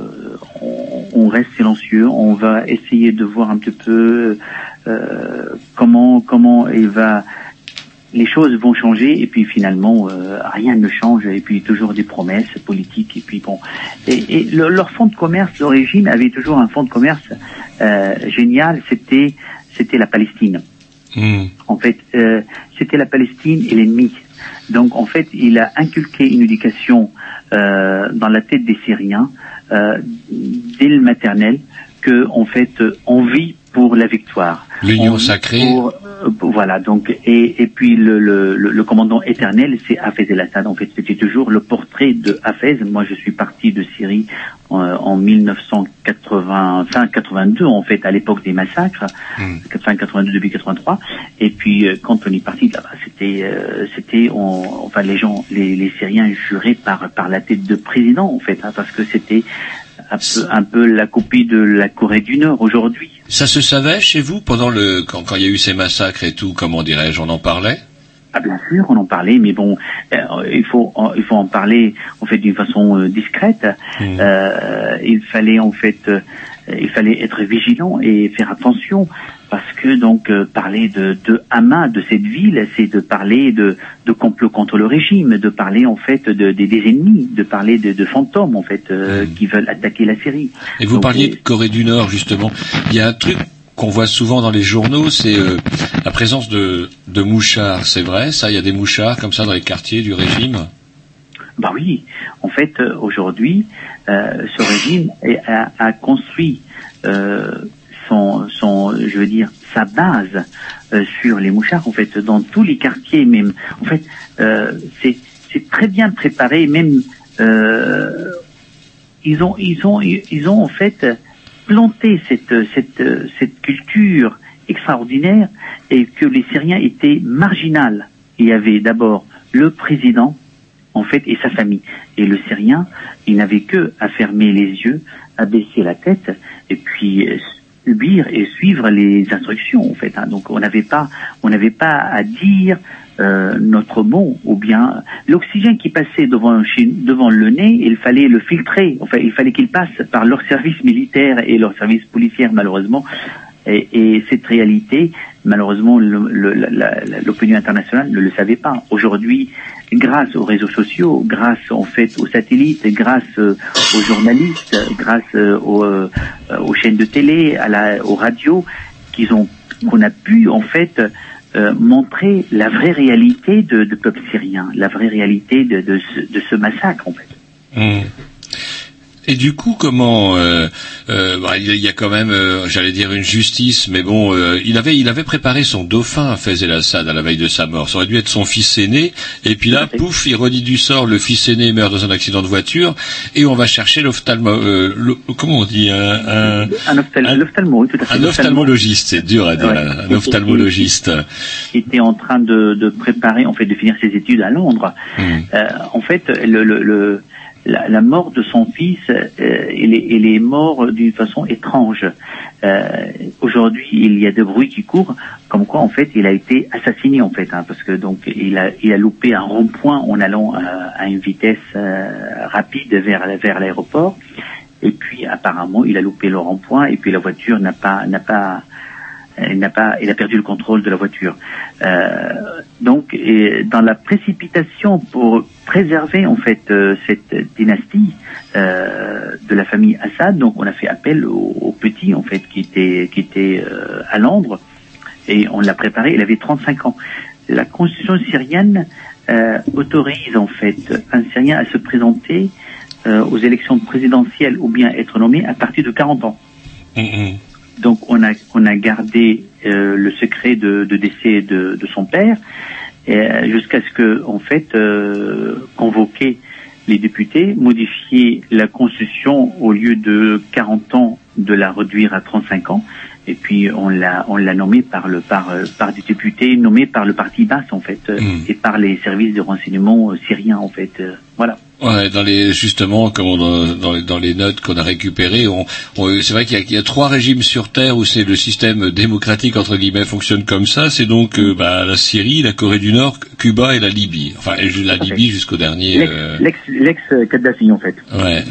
on, on reste silencieux, on va essayer de voir un petit peu euh, comment comment il va, les choses vont changer, et puis finalement euh, rien ne change, et puis toujours des promesses politiques, et puis bon, et, et le, leur fonds de commerce, le régime avait toujours un fonds de commerce euh, génial, c'était c'était la Palestine. Mmh. En fait, euh, c'était la Palestine et l'ennemi. Donc, en fait, il a inculqué une éducation euh, dans la tête des Syriens euh, dès le maternel, que, en fait, on vit pour la victoire.
L'union sacrée.
Pour, euh, pour, voilà. Donc, et, et puis le, le, le, le commandant éternel, c'est Hafez el-Assad. En fait, c'était toujours le portrait de Hafez. Moi, je suis parti de Syrie euh, en mille neuf cent quatre-vingts, fin quatre-vingt-deux, en fait, à l'époque des massacres, mm. fin quatre-vingt-deux, début quatre-vingt-trois. Et puis, euh, quand on est parti là-bas, c'était, euh, c'était, on, enfin, les gens, les, les Syriens juraient par par la tête de président, en fait, hein, parce que c'était un peu, un peu la copie de la Corée du Nord aujourd'hui.
Ça se savait chez vous pendant le quand, quand il y a eu ces massacres et tout, comment dirais-je, on en parlait?
Ah, bien sûr, on en parlait, mais bon, euh, il faut il faut en parler en fait d'une façon euh, discrète. Mmh. Euh, il fallait en fait euh, il fallait être vigilant et faire attention, parce que donc euh, parler de de Hama, de cette ville, c'est de parler de de complot contre le régime, de parler en fait de, de des ennemis, de parler de, de fantômes en fait euh, mmh. qui veulent attaquer la Syrie.
Et vous donc, parliez de Corée du Nord justement. Il y a un truc qu'on voit souvent dans les journaux, c'est euh, la présence de, de mouchards. C'est vrai, ça? Il y a des mouchards comme ça dans les quartiers du régime?
Bah oui. En fait, euh, aujourd'hui, euh, ce régime est, a, a construit euh, son, son, je veux dire, sa base euh, sur les mouchards. En fait, dans tous les quartiers, même. En fait, euh, c'est, c'est très bien préparé. Même, euh, ils ont, ils ont, ils ont en fait planter cette, cette, cette culture extraordinaire, et que les Syriens étaient marginales. Il y avait d'abord le président, en fait, et sa famille. Et le Syrien, il n'avait que à fermer les yeux, à baisser la tête, et puis subir et suivre les instructions, en fait. Hein. Donc, on n'avait pas, on n'avait pas à dire Euh, notre mot, ou bien l'oxygène qui passait devant, devant le nez, il fallait le filtrer, enfin il fallait qu'il passe par leur service militaire et leur service policier, malheureusement. Et, et cette réalité, malheureusement, le, le, la, la, l'opinion internationale ne le savait pas. Aujourd'hui, grâce aux réseaux sociaux, grâce en fait aux satellites, grâce euh, aux journalistes, grâce euh, aux, euh, aux chaînes de télé, à la, aux radios, qu'ils ont, qu'on a pu en fait euh, montrer la vraie réalité de, de peuple syrien, la vraie réalité de, de, ce, de ce massacre en fait.
Mmh. Et du coup, comment euh, euh, bah, il y a quand même, euh, j'allais dire une justice, mais bon, euh, il avait, il avait préparé son dauphin, Faiz el-Assad, à la veille de sa mort. Ça aurait dû être son fils aîné. Et puis là, pouf, ironie du sort, le fils aîné meurt dans un accident de voiture, et on va chercher l'ophtalmo, euh, le, comment on dit, un, un,
un, ophtal- un l'ophtalmo, oui, tout à fait.
Un ophtalmologiste, c'est dur à dire, ouais. un, un ophtalmologiste.
Qui était en train de, de préparer, en fait, de finir ses études à Londres. Mmh. Euh, en fait, le, le, le La, la mort de son fils, euh, il, est, il est mort d'une façon étrange. Euh, aujourd'hui, il y a des bruits qui courent, comme quoi en fait il a été assassiné en fait, hein, parce que donc il a, il a loupé un rond-point en allant euh, à une vitesse euh, rapide vers vers l'aéroport, et puis apparemment il a loupé le rond-point, et puis la voiture n'a pas n'a pas Il n'a pas, il a perdu le contrôle de la voiture. Euh, donc, et dans la précipitation pour préserver en fait euh, cette dynastie euh, de la famille Assad, donc on a fait appel au, au petit en fait qui était qui était euh, à Londres, et on l'a préparé. Il avait trente-cinq ans. La constitution syrienne euh, autorise en fait un Syrien à se présenter euh, aux élections présidentielles ou bien être nommé à partir de quarante ans.
Mmh.
Donc on a on a gardé euh, le secret de, de décès de, de son père euh, jusqu'à ce que en fait euh, convoquer les députés, modifier la constitution au lieu de quarante ans, de la réduire à trente-cinq ans, et puis on l'a on l'a nommé par le par par des députés nommés par le parti Baas en fait mmh. et par les services de renseignement syriens en fait euh, voilà.
Ouais, dans les justement, comme on, dans, dans, les, dans les notes qu'on a récupérées, on, on, c'est vrai qu'il y, a, qu'il y a trois régimes sur Terre où c'est le système démocratique entre guillemets fonctionne comme ça. C'est donc euh, bah, la Syrie, la Corée du Nord, Cuba et la Libye. Enfin, la Libye jusqu'au dernier.
L'ex,
euh...
l'ex, l'ex Kadhafi en fait.
Ouais.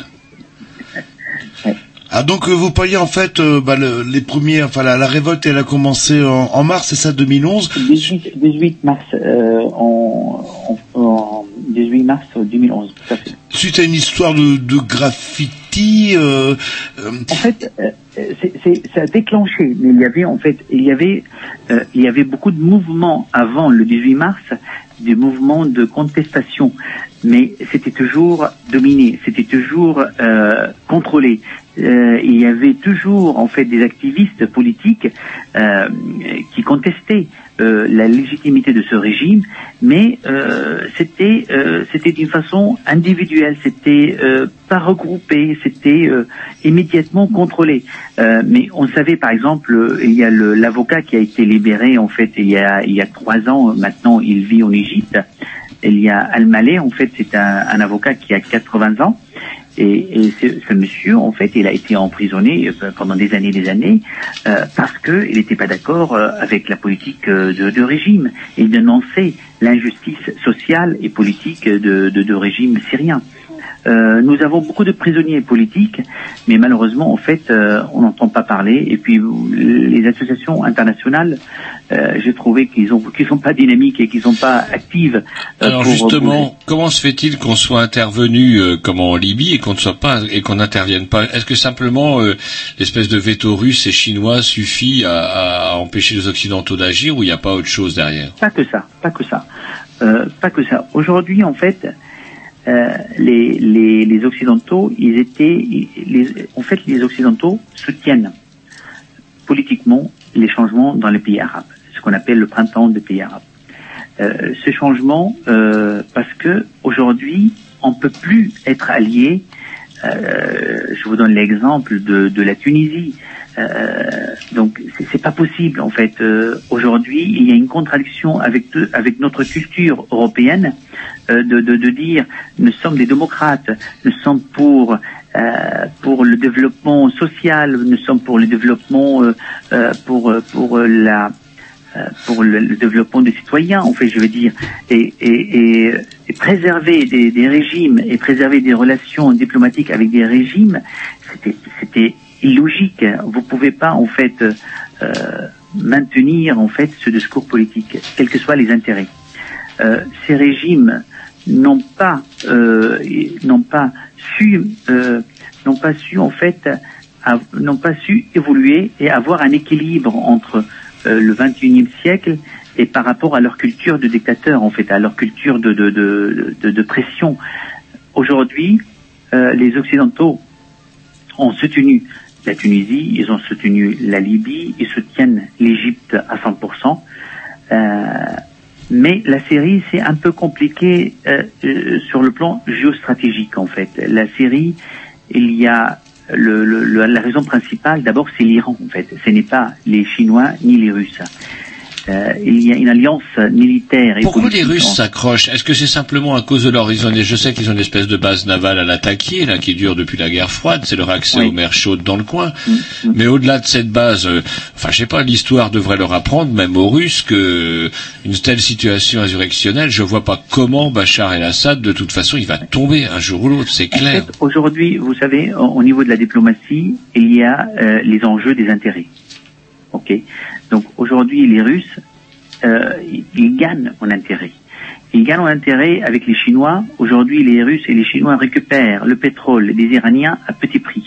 ouais.
Ah donc euh, vous parliez en fait euh, bah, le, les premiers, enfin la, la révolte elle a commencé en, en mars, c'est ça, deux mille onze.
dix-huit mars euh, en, en, en dix-huit mars deux mille onze. Tout à fait.
Suite à une histoire de, de graffiti. Euh, euh...
En fait, euh, c'est, c'est, ça a déclenché, mais il y avait en fait, il y avait, euh, il y avait beaucoup de mouvements avant le dix-huit mars, des mouvements de contestation, mais c'était toujours dominé, c'était toujours euh, contrôlé. Euh, il y avait toujours en fait des activistes politiques euh, qui contestaient euh, la légitimité de ce régime, mais euh, c'était euh, c'était d'une façon individuelle, c'était euh, pas regroupé, c'était euh, immédiatement contrôlé. Euh, mais on savait par exemple, il y a le, l'avocat qui a été libéré en fait il y a il y a trois ans maintenant, il vit en Égypte. Il y a Al-Maleh, en fait c'est un, un avocat qui a quatre-vingts ans. Et, et ce, ce monsieur, en fait, il a été emprisonné pendant des années et des années euh, parce que il n'était pas d'accord euh, avec la politique euh, de, de régime. Il dénonçait l'injustice sociale et politique de, de, de régime syrien. Euh, nous avons beaucoup de prisonniers politiques, mais malheureusement, en fait, euh, on n'entend pas parler. Et puis, les associations internationales, euh, j'ai trouvé qu'ils ont, qu'ils sont pas dynamiques et qu'ils sont pas actives.
Euh, Alors pour, justement, pour... comment se fait-il qu'on soit intervenu euh, comme en Libye et qu'on ne soit pas et qu'on n'intervienne pas? Est-ce que simplement euh, l'espèce de veto russe et chinois suffit à, à empêcher les Occidentaux d'agir, ou il n'y a pas autre chose derrière?
Pas que ça, pas que ça, euh, pas que ça. Aujourd'hui, en fait. Euh, les, les, les Occidentaux, ils étaient, les, en fait, les Occidentaux soutiennent politiquement les changements dans les pays arabes, ce qu'on appelle le printemps des pays arabes. Euh, ce changement, euh, parce que aujourd'hui, on peut plus être allié. Euh, je vous donne l'exemple de, de la Tunisie. Euh, donc c'est, c'est pas possible en fait. Euh, aujourd'hui, il y a une contradiction avec de, avec notre culture européenne euh, de, de de dire nous sommes des démocrates, nous sommes pour euh, pour le développement social, nous sommes pour le développement euh, euh, pour pour la pour le, le développement des citoyens, en fait, je veux dire, et, et, et, et préserver des, des régimes et préserver des relations diplomatiques avec des régimes, c'était c'était illogique. Vous pouvez pas en fait euh, maintenir en fait ce discours politique, quels que soient les intérêts. Euh, ces régimes n'ont pas euh, n'ont pas su euh, n'ont pas su en fait av- n'ont pas su évoluer et avoir un équilibre entre euh, le vingt et unième siècle et par rapport à leur culture de dictateur en fait, à leur culture de de de de, de pression. Aujourd'hui, euh, les Occidentaux ont soutenu la Tunisie, ils ont soutenu la Libye, ils soutiennent l'Égypte à cent pour cent. Euh, mais la Syrie, c'est un peu compliqué euh, euh, sur le plan géostratégique en fait. La Syrie, il y a le, le, le, la raison principale, d'abord c'est l'Iran en fait. Ce n'est pas les Chinois ni les Russes. Euh, il y a une alliance militaire et
Pourquoi les
politique
Russes
en-
s'accrochent? Est-ce que c'est simplement à cause de leur... Ils ont des... Je sais qu'ils ont une espèce de base navale à l'attaquer, là, qui dure depuis la guerre froide. C'est leur accès
Oui.
aux mers chaudes dans le coin.
Mm, mm.
Mais au-delà de cette base, euh, enfin, je sais pas, l'histoire devrait leur apprendre, même aux Russes, que une telle situation insurrectionnelle, je vois pas comment Bachar el-Assad, de toute façon, il va tomber un jour ou l'autre, c'est
En
clair.
fait, aujourd'hui, vous savez, au, au niveau de la diplomatie, il y a euh, les enjeux des intérêts. Ok. Donc aujourd'hui, les Russes, euh, ils, ils gagnent en intérêt. Ils gagnent en intérêt avec les Chinois. Aujourd'hui, les Russes et les Chinois récupèrent le pétrole des Iraniens à petit prix,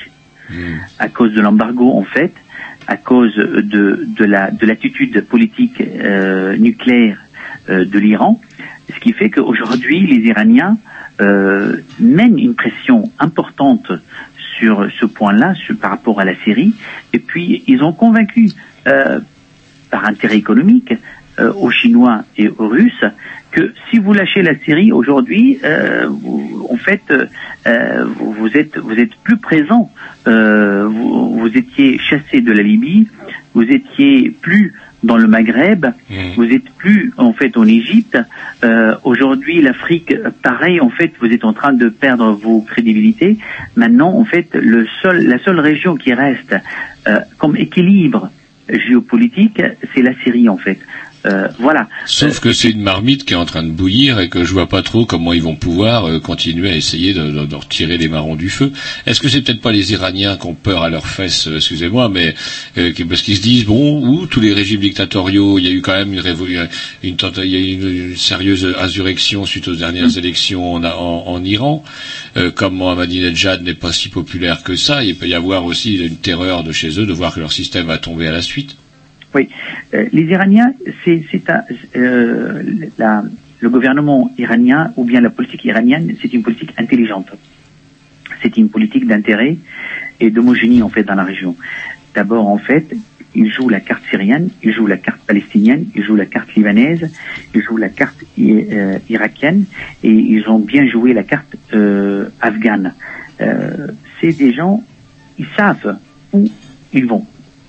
à cause de l'embargo en fait, à cause de de la de l'attitude politique euh, nucléaire euh, de l'Iran, ce qui fait qu'aujourd'hui, les Iraniens euh, mènent une pression importante sur ce point-là, sur, par rapport à la Syrie, et puis ils ont convaincu, euh, par intérêt économique, euh, aux Chinois et aux Russes, que si vous lâchez la Syrie aujourd'hui, euh, vous, en fait, euh, vous, vous êtes vous êtes plus présent. Euh, vous, vous étiez chassé de la Libye, vous étiez plus dans le Maghreb, vous êtes plus en fait en Égypte. Euh, aujourd'hui, l'Afrique, pareil, en fait, vous êtes en train de perdre vos crédibilités. Maintenant, en fait, le seul, la seule région qui reste euh, comme équilibre géopolitique, c'est la Syrie, en fait. Euh, voilà.
Sauf que c'est une marmite qui est en train de bouillir et que je vois pas trop comment ils vont pouvoir euh, continuer à essayer de, de, de retirer les marrons du feu. Est-ce que c'est peut-être pas les Iraniens qui ont peur à leurs fesses, euh, excusez-moi, mais euh, qui, parce qu'ils se disent bon, ou tous les régimes dictatoriaux, il y a eu quand même une révolution, une, tenta- il y a eu une, une sérieuse insurrection suite aux dernières mmh. élections en, en, en Iran. Euh, comme Ahmadinejad n'est pas si populaire que ça, il peut y avoir aussi une terreur de chez eux de voir que leur système va tomber à la suite.
Oui, euh, les Iraniens, c'est, c'est un, euh, la, le gouvernement iranien ou bien la politique iranienne, c'est une politique intelligente. C'est une politique d'intérêt et d'homogénie en fait dans la région. D'abord en fait, ils jouent la carte syrienne, ils jouent la carte palestinienne, ils jouent la carte libanaise, ils jouent la carte euh, irakienne et ils ont bien joué la carte euh, afghane. Euh, c'est des gens, ils savent où ils vont.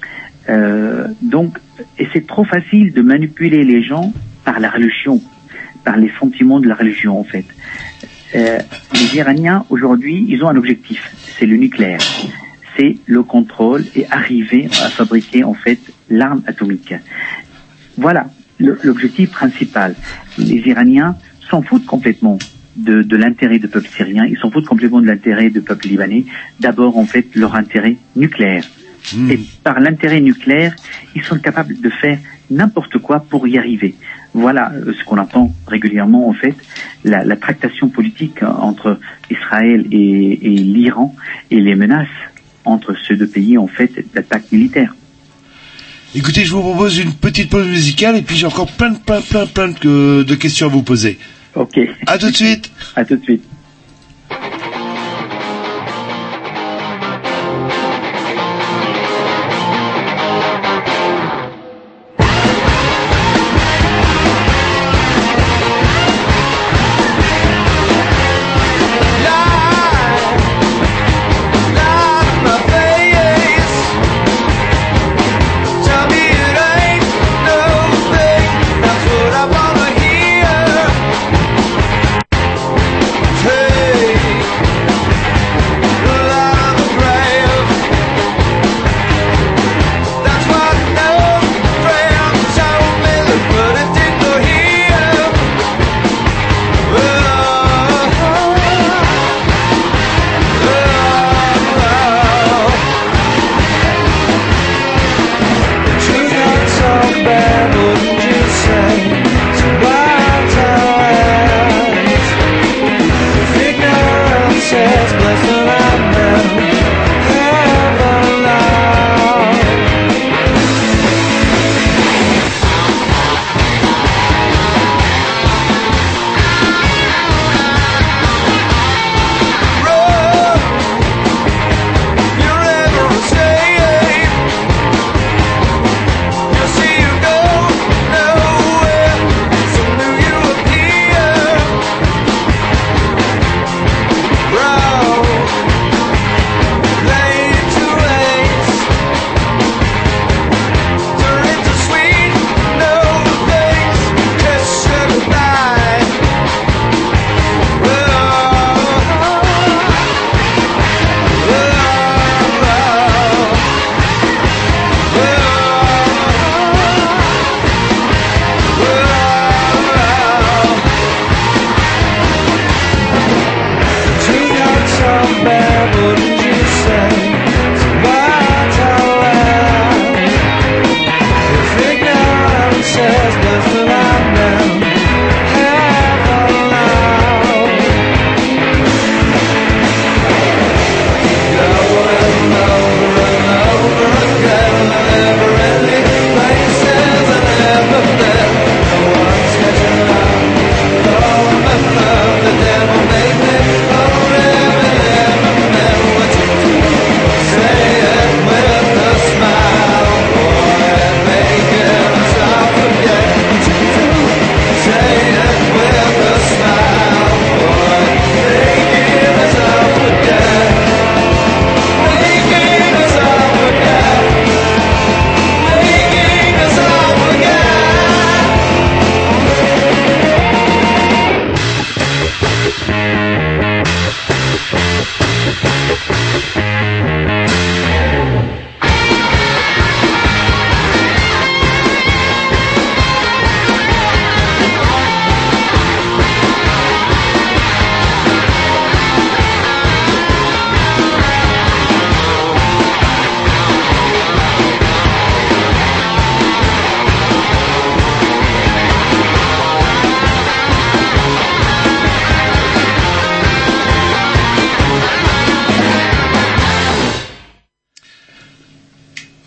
Euh, donc, et c'est trop facile de manipuler les gens par la religion, par les sentiments de la religion en fait. Euh, les Iraniens aujourd'hui, ils ont un objectif, c'est le nucléaire, c'est le contrôle et arriver à fabriquer en fait l'arme atomique. Voilà le, l'objectif principal. Les Iraniens s'en foutent complètement de, de l'intérêt du peuple syrien, ils s'en foutent complètement de l'intérêt du peuple libanais. D'abord en fait leur intérêt nucléaire. Mmh. Et par l'intérêt nucléaire, ils sont capables de faire n'importe quoi pour y arriver. Voilà ce qu'on entend régulièrement, en fait, la, la tractation politique entre Israël et, et l'Iran et les menaces entre ces deux pays, en fait, d'attaque militaire.
Écoutez, je vous propose une petite pause musicale et puis j'ai encore plein, plein, plein, plein de, de questions à vous poser.
Ok.
À tout de suite.
À tout de suite.
Hey!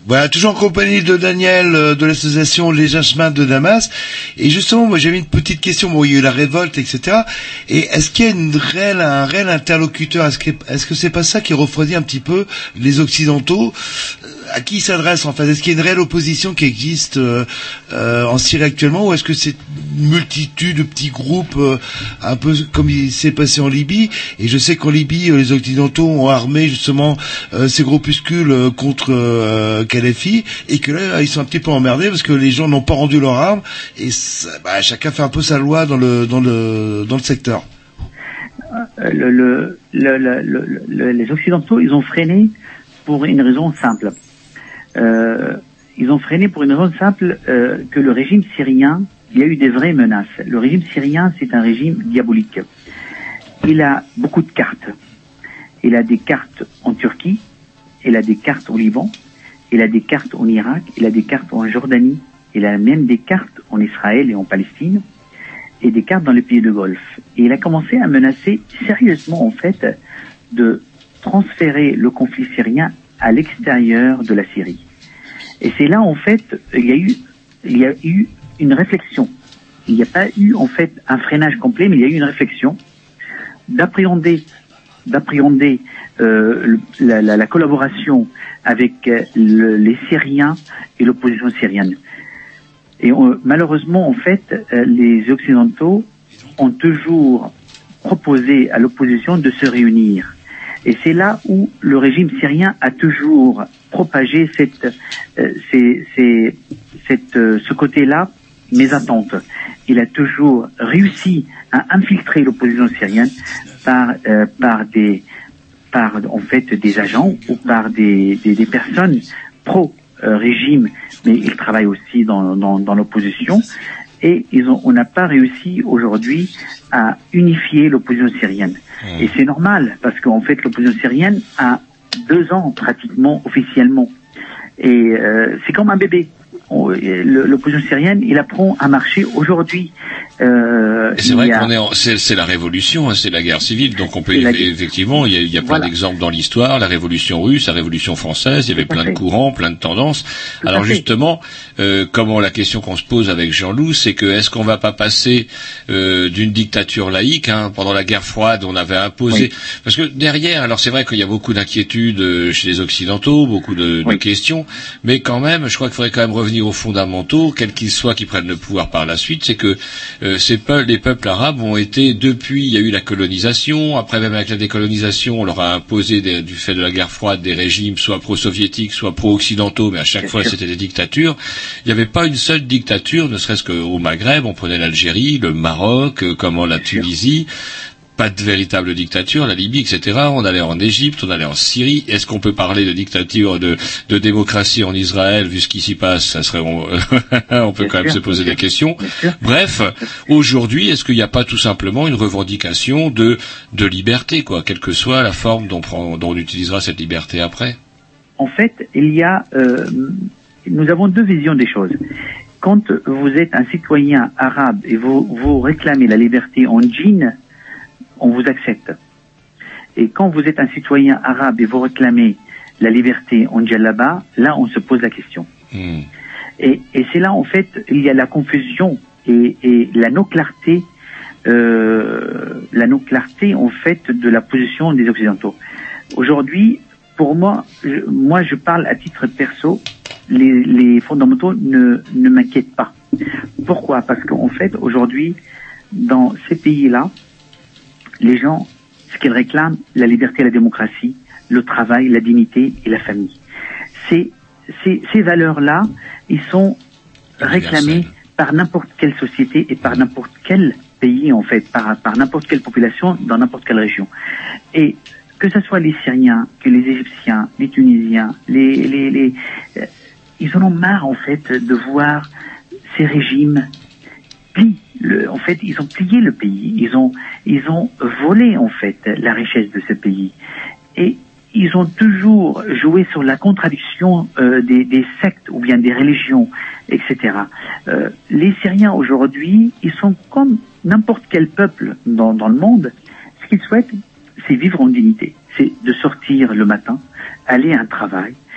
Voilà, toujours en compagnie de Daniel euh, de l'association Les Chemins de Damas. Et justement, moi j'avais une petite question. Bon, il y a eu la révolte, et cetera. Et est-ce qu'il y a une réelle, un réel interlocuteur? Est-ce que, est-ce que c'est pas ça qui refroidit un petit peu les Occidentaux? À qui il s'adresse en fait? Est-ce qu'il y a une réelle opposition qui existe euh, euh, en Syrie actuellement, ou est-ce que c'est une multitude de petits groupes, euh, un peu comme il s'est passé en Libye? Et je sais qu'en Libye, euh, les Occidentaux ont armé justement euh, ces groupuscules euh, contre euh, Kadhafi, et que là ils sont un petit peu emmerdés parce que les gens n'ont pas rendu leurs armes, et ça, bah, chacun fait un peu sa loi dans le dans le dans le secteur.
Le, le, le, le, le, le, les Occidentaux, ils ont freiné pour une raison simple. Euh, ils ont freiné pour une raison simple, euh, que le régime syrien, il y a eu des vraies menaces. Le régime syrien, c'est un régime diabolique. Il a beaucoup de cartes. Il a des cartes en Turquie, il a des cartes au Liban, il a des cartes en Irak, il a des cartes en Jordanie, il a même des cartes en Israël et en Palestine, et des cartes dans les pays de Golfe. Et il a commencé à menacer sérieusement, en fait, de transférer le conflit syrien à l'extérieur de la Syrie. Et c'est là, en fait, il y a eu, il y a eu une réflexion. Il n'y a pas eu, en fait, un freinage complet, mais il y a eu une réflexion d'appréhender, d'appréhender euh, la, la, la collaboration avec euh, le, les Syriens et l'opposition syrienne. Et on, malheureusement, en fait, euh, les Occidentaux ont toujours proposé à l'opposition de se réunir. Et c'est là où le régime syrien a toujours propagé cette, euh, ces, ces, cette, euh, ce côté-là mésentente. Il a toujours réussi à infiltrer l'opposition syrienne par, euh, par des, par en fait des agents ou par des, des, des personnes pro-régime, mais ils travaillent aussi dans, dans, dans l'opposition. Et ils ont, on n'a pas réussi aujourd'hui à unifier l'opposition syrienne. Mmh. Et c'est normal, parce qu'en fait, l'opposition syrienne a deux ans pratiquement officiellement. Et euh, c'est comme un bébé. L'opposition syrienne, il apprend à marcher aujourd'hui. Euh,
c'est vrai a... qu'on est, en... c'est, c'est la révolution, hein, c'est la guerre civile, donc on peut la... effectivement, il y a, il y a plein voilà. d'exemples dans l'histoire, la révolution russe, la révolution française, il y avait plein de courants, plein de tendances. Tout Alors justement, euh, comment la question qu'on se pose avec Jean-Loup, c'est que est-ce qu'on va pas passer euh, d'une dictature laïque, hein, pendant la guerre froide, on avait imposé, oui. parce que derrière, alors c'est vrai qu'il y a beaucoup d'inquiétudes chez les Occidentaux, beaucoup de, oui. de questions, mais quand même, je crois qu'il faudrait quand même revenir aux fondamentaux, quels qu'ils soient, qui prennent le pouvoir par la suite, c'est que euh, ces peuples, les peuples arabes ont été, depuis, il y a eu la colonisation, après même avec la décolonisation, on leur a imposé des, du fait de la guerre froide des régimes soit pro-soviétiques, soit pro-occidentaux, mais à chaque Bien fois sûr. C'était des dictatures. Il n'y avait pas une seule dictature, ne serait-ce qu'au Maghreb, on prenait l'Algérie, le Maroc, euh, comment la Bien Tunisie. Sûr. Pas de véritable dictature, la Libye, et cetera. On allait en Égypte, on allait en Syrie. Est-ce qu'on peut parler de dictature, de, de démocratie en Israël, vu ce qui s'y passe? Ça serait, on, on peut bien quand sûr, même se poser des questions. Bref, aujourd'hui, est-ce qu'il n'y a pas tout simplement une revendication de, de liberté, quoi, quelle que soit la forme dont, dont on utilisera cette liberté après?
En fait, il y a, euh, nous avons deux visions des choses. Quand vous êtes un citoyen arabe et vous, vous réclamez la liberté en djinn, on vous accepte. Et quand vous êtes un citoyen arabe et vous réclamez la liberté en djellaba, là on se pose la question. Mmh. Et, et c'est là en fait il y a la confusion et, et la non-clarté, euh, la non-clarté en fait de la position des Occidentaux. Aujourd'hui, pour moi, je, moi je parle à titre perso, les, les fondamentaux ne, ne m'inquiètent pas. Pourquoi? Parce qu'en fait aujourd'hui, dans ces pays-là, les gens, ce qu'ils réclament, la liberté et la démocratie, le travail, la dignité et la famille. Ces, ces, ces valeurs-là, ils sont réclamés par n'importe quelle société et par n'importe quel pays, en fait, par, par n'importe quelle population, dans n'importe quelle région. Et que ce soit les Syriens, que les Égyptiens, les Tunisiens, les, les, les, euh, ils en ont marre, en fait, de voir ces régimes plient. Le, en fait, ils ont plié le pays, ils ont, ils ont volé en fait la richesse de ce pays, et ils ont toujours joué sur la contradiction euh, des, des sectes ou bien des religions, et cetera. Euh, les Syriens aujourd'hui, ils sont comme n'importe quel peuple dans, dans le monde. Ce qu'ils souhaitent, c'est vivre en dignité, c'est de sortir le matin, aller à un travail,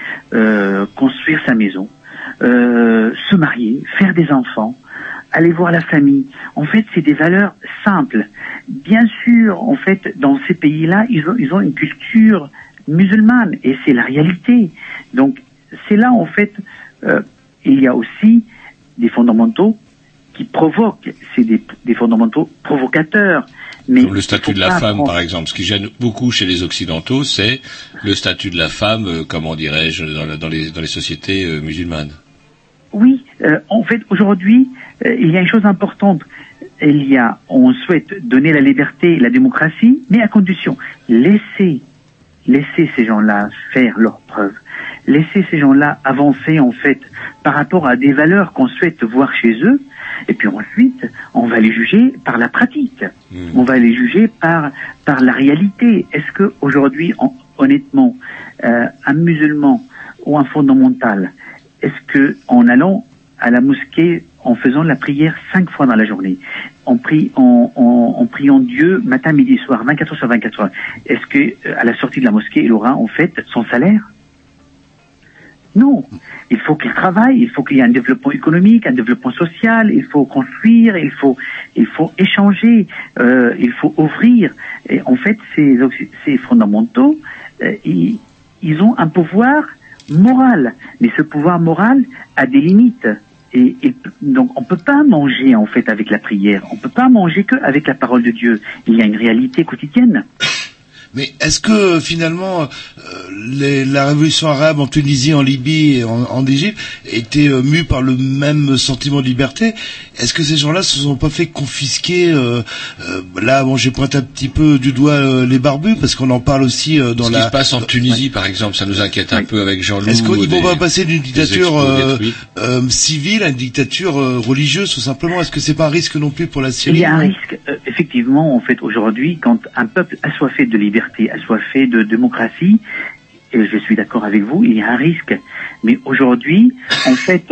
euh, construire sa maison, euh, se marier, faire des enfants, aller voir la famille. En fait, c'est des valeurs simples. Bien sûr, en fait, dans ces pays-là, ils ont, ils ont une culture musulmane et c'est la réalité. Donc, c'est là, en fait, euh, il y a aussi des fondamentaux qui provoquent, c'est des, des fondamentaux provocateurs. Mais
le statut de la femme, prendre... par exemple, ce qui gêne beaucoup chez les Occidentaux, c'est le statut de la femme, euh, comment dirais-je, dans, dans, les, dans les sociétés euh, musulmanes.
Oui, euh, en fait, aujourd'hui, euh, il y a une chose importante. Il y a, on souhaite donner la liberté et la démocratie, mais à condition, laisser, laisser ces gens-là faire leurs preuves. Laisser ces gens-là avancer, en fait, par rapport à des valeurs qu'on souhaite voir chez eux. Et puis ensuite, on va les juger par la pratique. Mmh. On va les juger par par la réalité. Est-ce que aujourd'hui, honnêtement, euh, un musulman ou un fondamental, est-ce que en allant à la mosquée, en faisant la prière cinq fois dans la journée, en, prie, en, en, en priant Dieu matin, midi, soir, vingt-quatre heures sur vingt-quatre heures, est-ce que à la sortie de la mosquée, il aura en fait son salaire? Non, il faut qu'il travaille, il faut qu'il y ait un développement économique, un développement social, il faut construire, il faut, il faut échanger, euh, il faut ouvrir. Et en fait, ces, ces fondamentaux, euh, ils, ils ont un pouvoir moral, mais ce pouvoir moral a des limites. Et, et donc, on peut pas manger en fait avec la prière, on peut pas manger que avec la parole de Dieu. Il y a une réalité quotidienne.
Mais est-ce que finalement euh, les, la révolution arabe en Tunisie, en Libye et en, en Égypte était euh, mue par le même sentiment de liberté? Est-ce que ces gens-là se sont pas fait confisquer euh, euh, là, bon, j'ai pointé un petit peu du doigt euh, les barbus parce qu'on en parle aussi euh, dans
Ce
la.
Ce qui se passe en Tunisie, ouais. par exemple, ça nous inquiète un ouais. peu avec Jean-Loup.
Est-ce qu'ils vont pas passer d'une dictature euh, euh, civile à une dictature euh, religieuse, tout simplement? Est-ce que c'est pas un risque non plus pour la Syrie?
Il y a un risque, euh, effectivement, en fait, aujourd'hui, quand un peuple assoiffé de liberté, assoiffé de démocratie, et je suis d'accord avec vous, il y a un risque. Mais aujourd'hui, en fait,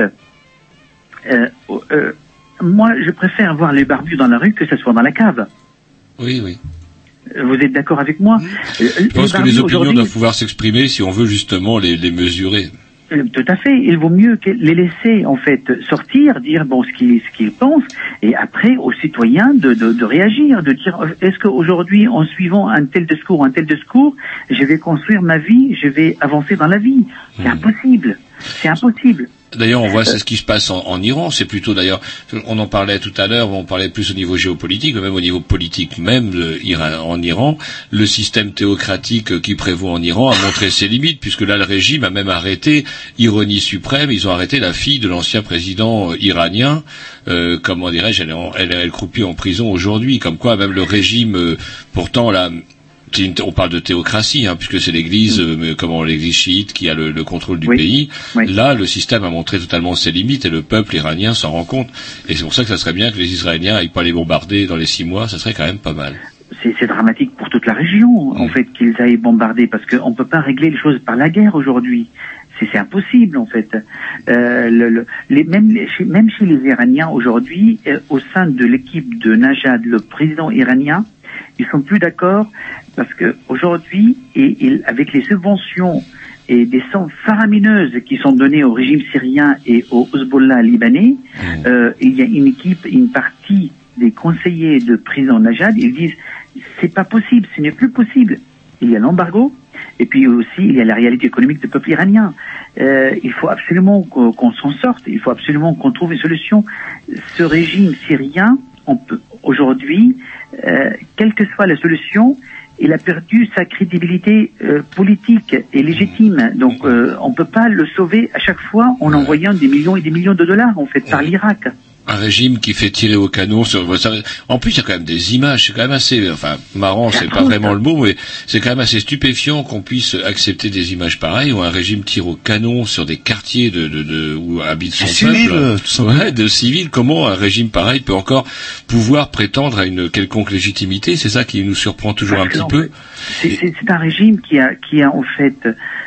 euh, euh, moi, je préfère voir les barbus dans la rue que ce soit dans la cave.
Oui, oui.
Vous êtes d'accord avec moi?
Je pense que les opinions doivent pouvoir s'exprimer si on veut justement les, les mesurer.
Tout à fait. Il vaut mieux que les laisser en fait sortir, dire bon ce qu'ils ce qu'ils pensent, et après aux citoyens de, de, de réagir, de dire est-ce qu'aujourd'hui en suivant un tel discours, un tel discours, je vais construire ma vie, je vais avancer dans la vie. C'est mmh. impossible. C'est impossible.
D'ailleurs, on voit c'est ce qui se passe en, en Iran. C'est plutôt d'ailleurs, on en parlait tout à l'heure, on parlait plus au niveau géopolitique, mais même au niveau politique même de, en Iran, le système théocratique qui prévaut en Iran a montré ses limites, puisque là le régime a même arrêté, ironie suprême, ils ont arrêté la fille de l'ancien président iranien. Euh, comment dirais-je, elle est, en, elle, elle croupit en prison aujourd'hui. Comme quoi, même le régime, euh, pourtant là. Une, on parle de théocratie, hein, puisque c'est l'Église, euh, comment l'Église chiite qui a le, le contrôle du
oui.
pays.
Oui.
Là, le système a montré totalement ses limites et le peuple iranien s'en rend compte. Et c'est pour ça que ça serait bien que les Israéliens aillent pas les bombarder dans les six mois. Ça serait quand même pas mal.
C'est, c'est dramatique pour toute la région, mmh. en fait, qu'ils aillent bombarder, parce qu'on peut pas régler les choses par la guerre aujourd'hui. C'est, c'est impossible, en fait. Euh, le, le, les, même, les, chez, même chez les Iraniens aujourd'hui, euh, au sein de l'équipe de Najad, le président iranien, ils sont plus d'accord parce que aujourd'hui, et, et avec les subventions et des sommes faramineuses qui sont données au régime syrien et au Hezbollah libanais, mmh. euh, il y a une équipe, une partie des conseillers de président Najad, ils disent c'est pas possible, ce n'est plus possible. Il y a l'embargo et puis aussi il y a la réalité économique du peuple iranien. Euh, il faut absolument qu'on, qu'on s'en sorte, il faut absolument qu'on trouve une solution. Ce régime syrien, on peut aujourd'hui, euh, quelle que soit la solution, il a perdu sa crédibilité euh, politique et légitime. Donc, euh, on peut pas le sauver à chaque fois en envoyant des millions et des millions de dollars, en fait, par l'Irak.
Un régime qui fait tirer au canon sur. En plus, il y a quand même des images. C'est quand même assez, enfin, marrant, c'est pas vraiment le mot, mais c'est quand même assez stupéfiant qu'on puisse accepter des images pareilles où un régime tire au canon sur des quartiers de, de, de où habite son
civil,
peuple.
Tout
ouais, de civils. Comment un régime pareil peut encore pouvoir prétendre à une quelconque légitimité? C'est ça qui nous surprend toujours Parce un petit peu.
C'est, c'est, c'est un régime qui a, qui a en fait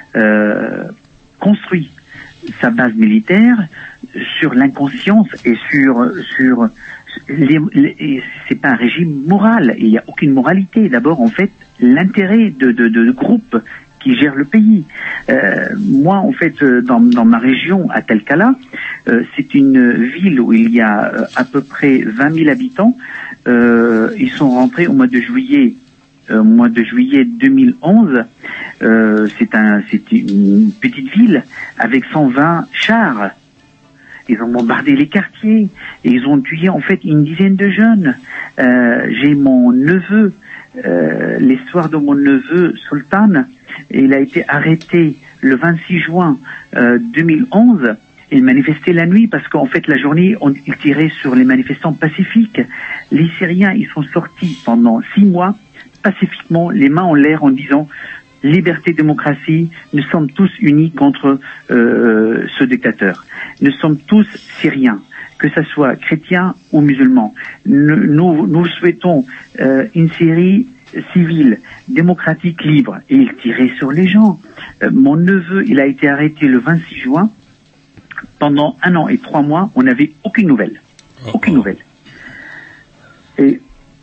euh, construit sa base militaire sur l'inconscience et sur sur les, les, c'est pas un régime moral, il n'y a aucune moralité. D'abord, en fait, l'intérêt de, de, de groupes qui gère le pays. Euh, moi, en fait, euh, dans, dans ma région, à Telkala, euh, c'est une ville où il y a euh, à peu près vingt mille habitants. Euh, ils sont rentrés au mois de juillet, euh, au mois de juillet deux mille onze. Euh, c'est un, c'est une petite ville avec cent vingt chars. Ils ont bombardé les quartiers et ils ont tué en fait une dizaine de jeunes. Euh, j'ai mon neveu, euh, l'histoire de mon neveu Sultan. Il a été arrêté le vingt-six juin euh, deux mille onze. Il manifestait la nuit parce qu'en fait la journée on, il tirait sur les manifestants pacifiques. Les Syriens ils sont sortis pendant six mois pacifiquement, les mains en l'air en disant liberté, démocratie, nous sommes tous unis contre euh, ce dictateur. Nous sommes tous Syriens, que ce soit chrétiens ou musulmans. Nous, nous, nous souhaitons euh, une Syrie civile, démocratique, libre. Et il tirait sur les gens. Euh, mon neveu, il a été arrêté le vingt-six juin. Pendant un an et trois mois, on n'avait aucune nouvelle. Aucune nouvelle. Et,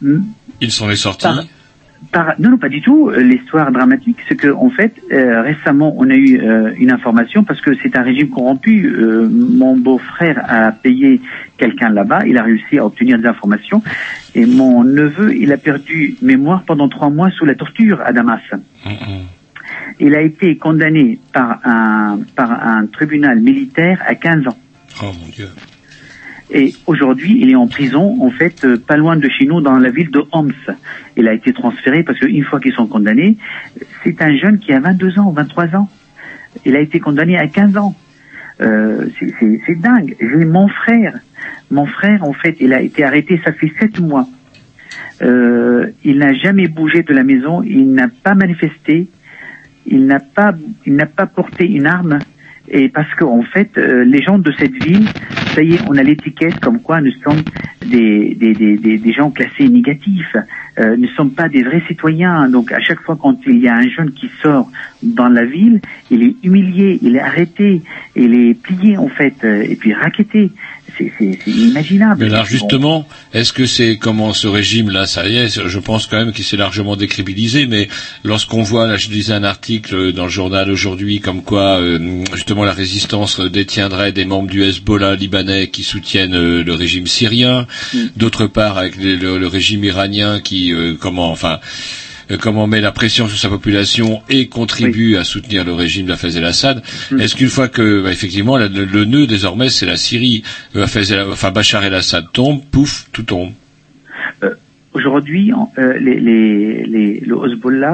il s'en est sorti
par, par, non, non, pas du tout. L'histoire dramatique, c'est que en fait, euh, récemment, on a eu euh, une information parce que c'est un régime corrompu. Euh, mon beau-frère a payé quelqu'un là-bas. Il a réussi à obtenir des informations. Et mon neveu, il a perdu mémoire pendant trois mois sous la torture à Damas. Mm-hmm. Il a été condamné par un, par un tribunal militaire à quinze ans.
Oh mon Dieu.
Et aujourd'hui, il est en prison, en fait, euh, pas loin de chez nous, dans la ville de Homs. Il a été transféré parce qu'une fois qu'ils sont condamnés, c'est un jeune qui a vingt-deux ans, vingt-trois ans. Il a été condamné à quinze ans. Euh, c'est, c'est, c'est dingue. J'ai mon frère. Mon frère, en fait, il a été arrêté, ça fait sept mois. Euh, il n'a jamais bougé de la maison, il n'a pas manifesté. Il n'a pas, il n'a pas porté une arme, et parce que en fait, euh, les gens de cette ville, ça y est, on a l'étiquette comme quoi nous sommes des des des des, des gens classés négatifs. Euh, nous ne sommes pas des vrais citoyens. Donc à chaque fois quand il y a un jeune qui sort dans la ville, il est humilié, il est arrêté, il est plié en fait, euh, et puis racketté. C'est, c'est, c'est inimaginable.
Mais là, justement, est-ce que c'est comment ce régime-là, ça y est, je pense quand même qu'il s'est largement décrédibilisé, mais lorsqu'on voit, là, je lisais un article dans le journal aujourd'hui, comme quoi, euh, justement, la résistance détiendrait des membres du Hezbollah libanais qui soutiennent euh, le régime syrien, mm. d'autre part, avec le, le, le régime iranien qui, euh, comment, enfin, comment met la pression sur sa population et contribue oui. à soutenir le régime d'Hafez el-Assad. Mmh. Est-ce qu'une fois que, bah, effectivement, le, le nœud désormais c'est la Syrie, euh, Hafez el, enfin Bachar el-Assad tombe, pouf, tout tombe.
Euh, aujourd'hui, euh, les, les, les, le Hezbollah,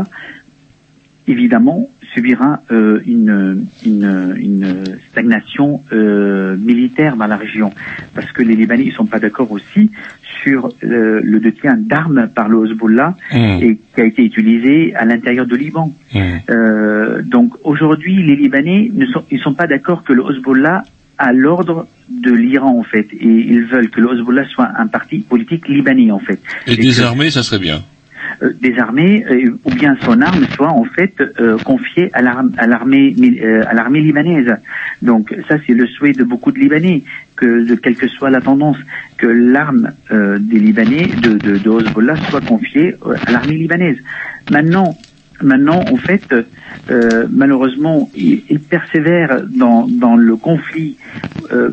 évidemment, subira euh, une, une, une stagnation euh, militaire dans la région, parce que les Libanais ils sont pas d'accord aussi sur le, le détien d'armes par le Hezbollah mmh. et qui a été utilisé à l'intérieur de Liban. Mmh. Euh, donc aujourd'hui, les Libanais ne sont, ils sont pas d'accord que le Hezbollah a l'ordre de l'Iran en fait, et ils veulent que le Hezbollah soit un parti politique libanais en fait.
Et, et désarmé, que, ça serait bien.
Euh, désarmé, euh, ou bien son arme soit en fait euh, confiée à, l'arme, à l'armée euh, à l'armée libanaise. Donc ça c'est le souhait de beaucoup de Libanais, que de quelle que soit la tendance, que l'arme euh, des Libanais de, de, de Hezbollah soit confiée euh, à l'armée libanaise. Maintenant, maintenant en fait, euh, malheureusement, ils il persévèrent dans dans le conflit euh,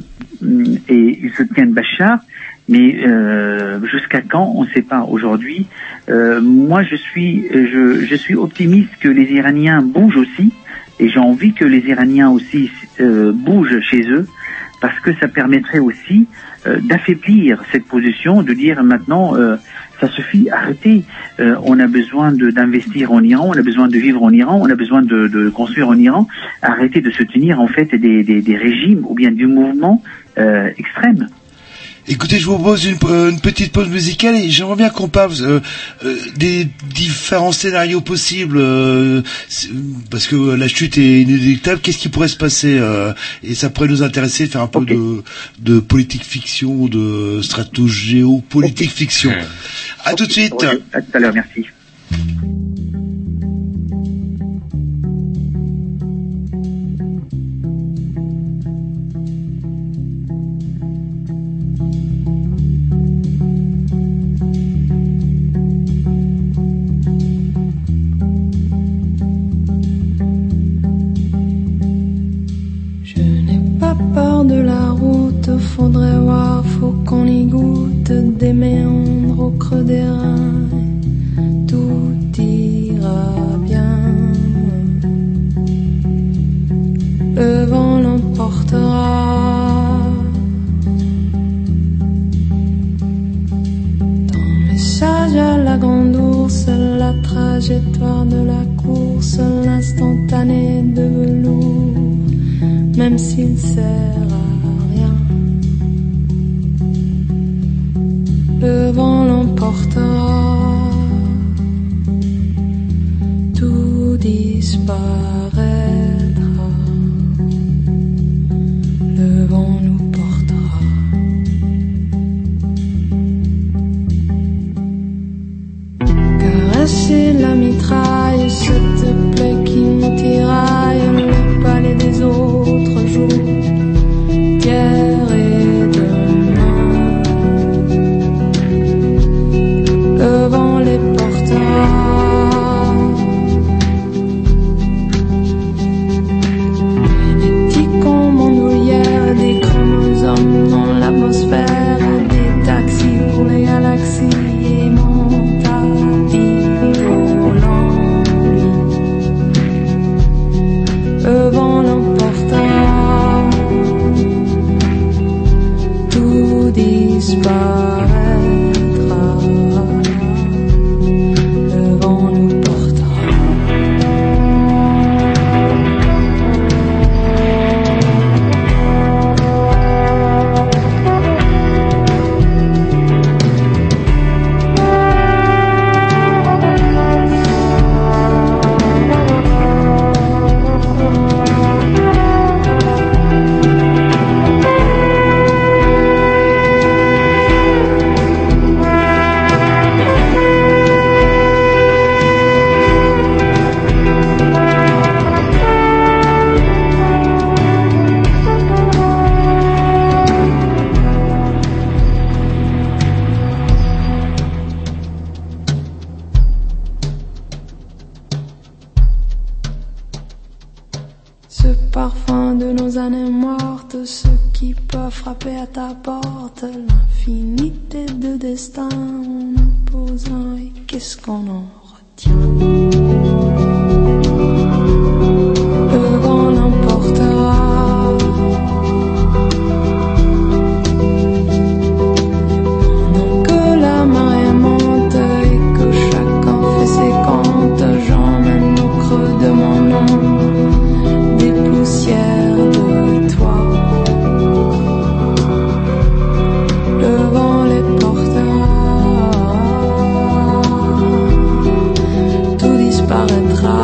et ils soutiennent Bachar. Mais euh, jusqu'à quand, on ne sait pas aujourd'hui. Euh, moi, je suis, je, je suis optimiste que les Iraniens bougent aussi, et j'ai envie que les Iraniens aussi euh, bougent chez eux, parce que ça permettrait aussi euh, d'affaiblir cette position, de dire maintenant, euh, ça suffit, arrêtez. Euh, on a besoin de, d'investir en Iran, on a besoin de vivre en Iran, on a besoin de, de construire en Iran. Arrêtez de soutenir en fait des, des, des régimes ou bien du mouvement euh, extrême.
Écoutez, je vous propose une, euh, une petite pause musicale et j'aimerais bien qu'on parle euh, euh, des différents scénarios possibles, euh, parce que la chute est inéluctable. Qu'est-ce qui pourrait se passer euh, et ça pourrait nous intéresser de faire un peu okay. de, de politique fiction, de stratégie géopolitique okay. fiction. Okay. À okay. tout de suite.
Okay. À tout à l'heure, merci.
faut qu'on y goûte des méandres au creux des reins. Tout ira bien. Le vent l'emportera. Dans Message à la grande ours, la trajectoire de la course, l'instantané de velours, même s'il sert à rien. Le vent l'emportera, tout disparaîtra. Le vent nous portera. Caresser la mitraille, cette plaie qui nous tiraille, le palais des autres jours, d'hier et demain. Le vent les portera. Des chromosomes dans l'atmosphère, des taxis pour les galaxies et mon tapis volant, lui. Le vent l'emportera, tout disparaîtra. Le vent nous portera. Ce parfum de nos années mortes, ce qui peut frapper à ta porte, l'infinité de destins, on nous pose un et qu'est-ce qu'on en retient? Le vent l'emportera. Pendant que la marée monte et que chacun fait ses comptes, j'emmène au creux de mon ombre des poussières de toi. Le vent les portera, tout disparaîtra.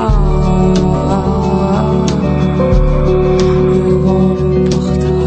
Le vent nous portera.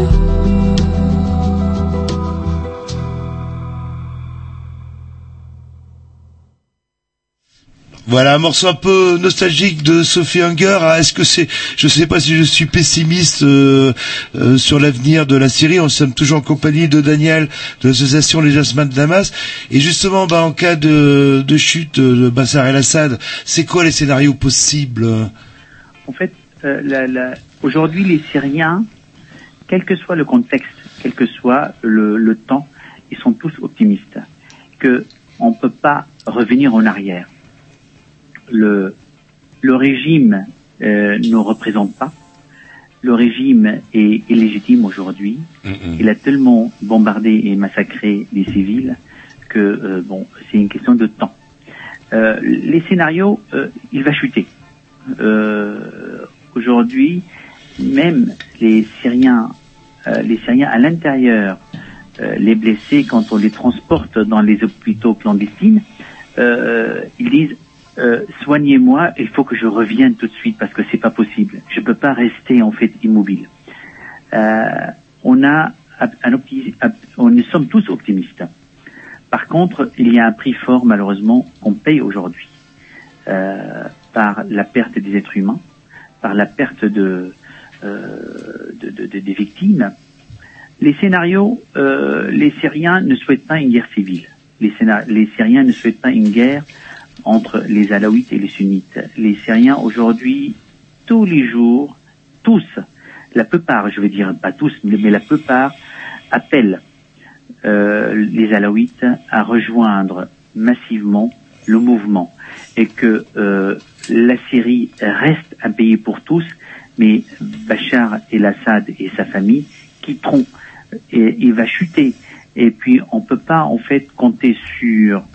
Voilà un morceau un peu nostalgique de Sophie Hunger. Ah, est-ce que c'est, je sais pas si je suis pessimiste euh, euh, sur l'avenir de la Syrie. On sommes toujours en compagnie de Daniel de l'association Les Jasmins de Damas. Et justement, bah, en cas de, de chute de Bachar el-Assad, c'est quoi les scénarios possibles?
En fait, euh, la, la, aujourd'hui, les Syriens, quel que soit le contexte, quel que soit le, le temps, ils sont tous optimistes. Que on peut pas revenir en arrière. Le, le régime euh, ne représente pas. Le régime est illégitime aujourd'hui. Mm-hmm. Il a tellement bombardé et massacré les civils que euh, bon, c'est une question de temps. Euh, les scénarios, euh, il va chuter. Euh, aujourd'hui, même les Syriens, euh, les Syriens à l'intérieur, euh, les blessés, quand on les transporte dans les hôpitaux clandestins, euh, ils disent Euh, soignez-moi, il faut que je revienne tout de suite parce que c'est pas possible. Je peux pas rester en fait immobile. Euh, on a un opti- on nous sommes tous optimistes. Par contre, il y a un prix fort malheureusement qu'on paye aujourd'hui euh, par la perte des êtres humains, par la perte de, euh, de, de, de des victimes. Les scénarios, euh, les Syriens ne souhaitent pas une guerre civile. Les, scénar- les Syriens ne souhaitent pas une guerre entre les Alaouites et les Sunnites. Les Syriens aujourd'hui, tous les jours, tous, la plupart, je veux dire pas tous, mais la plupart, appellent euh, les Alaouites à rejoindre massivement le mouvement et que euh, la Syrie reste un pays pour tous, mais Bachar el-Assad et sa famille quitteront et il va chuter. Et puis on peut pas en fait compter sur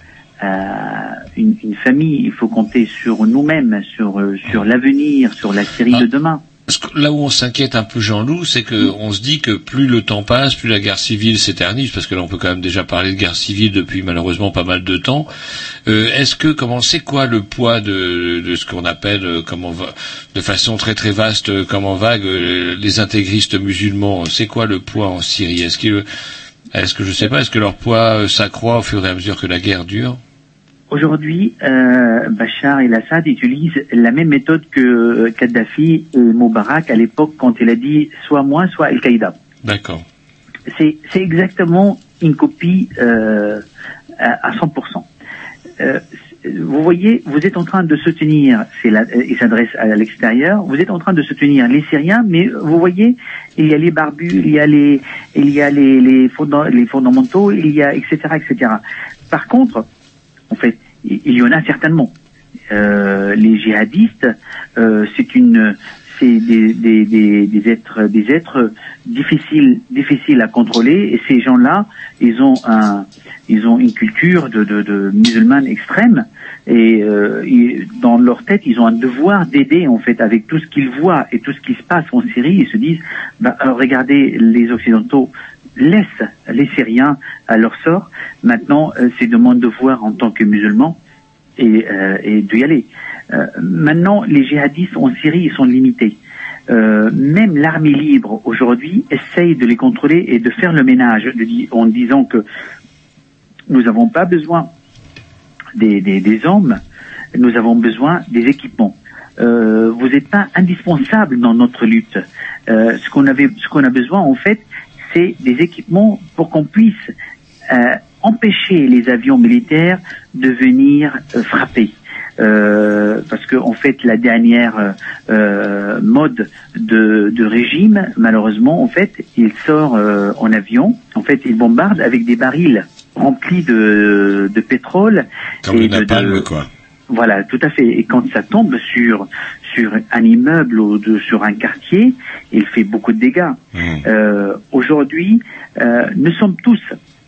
euh, une, une famille, il faut compter sur nous-mêmes, sur sur l'avenir, sur la Syrie ah. de demain.
Parce que là où on s'inquiète un peu, Jean-Loup, c'est que on se dit que plus le temps passe, plus la guerre civile s'éternise, parce que là on peut quand même déjà parler de guerre civile depuis malheureusement pas mal de temps. Euh, est-ce que, comment, c'est quoi le poids de, de ce qu'on appelle, euh, comment va, de façon très très vaste, euh, comme en vague, euh, les intégristes musulmans? C'est quoi le poids en Syrie? Est-ce que, est-ce que je sais pas, est-ce que leur poids euh, s'accroît au fur et à mesure que la guerre dure?
Aujourd'hui, euh, Bachar el-Assad utilise la même méthode que Kadhafi et Moubarak à l'époque quand il a dit soit moi, soit Al-Qaïda.
D'accord.
C'est, c'est exactement une copie euh, à, à cent pour cent. Euh, vous voyez, vous êtes en train de soutenir, c'est la, il s'adresse à l'extérieur, vous êtes en train de soutenir les Syriens, mais vous voyez, il y a les barbus, il y a les, il y a les, les, fondam- les fondamentaux, il y a et cetera, et cetera. Par contre, en fait, il y en a certainement. Euh, les djihadistes, euh, c'est une, c'est des, des, des, des êtres, des êtres difficiles, difficiles à contrôler. Et ces gens-là, ils ont un, ils ont une culture de, de, de musulmane extrême. Et euh, ils, dans leur tête, ils ont un devoir d'aider en fait avec tout ce qu'ils voient et tout ce qui se passe en Syrie. Ils se disent, bah, alors regardez, les Occidentaux laissent les Syriens à leur sort. Maintenant, euh, c'est de mon devoir en tant que musulman et, euh, et d'y aller. Euh, maintenant, les djihadistes en Syrie, ils sont limités. Euh, même l'armée libre aujourd'hui essaye de les contrôler et de faire le ménage de, en disant que nous n'avons pas besoin des, des, des hommes, nous avons besoin des équipements. Euh, vous n'êtes pas indispensable dans notre lutte. Euh, ce qu'on avait, ce qu'on a besoin en fait, c'est des équipements pour qu'on puisse euh, empêcher les avions militaires de venir euh, frapper. Euh, parce que en fait la dernière euh, mode de, de régime, malheureusement, en fait, il sort euh, en avion. En fait, il bombarde avec des barils remplis de, de pétrole.
Comme
et
le napalm,
de,
quoi.
Voilà, tout à fait. Et quand ça tombe sur sur un immeuble ou de, sur un quartier, il fait beaucoup de dégâts. Mmh. Euh, aujourd'hui, euh, nous sommes tous,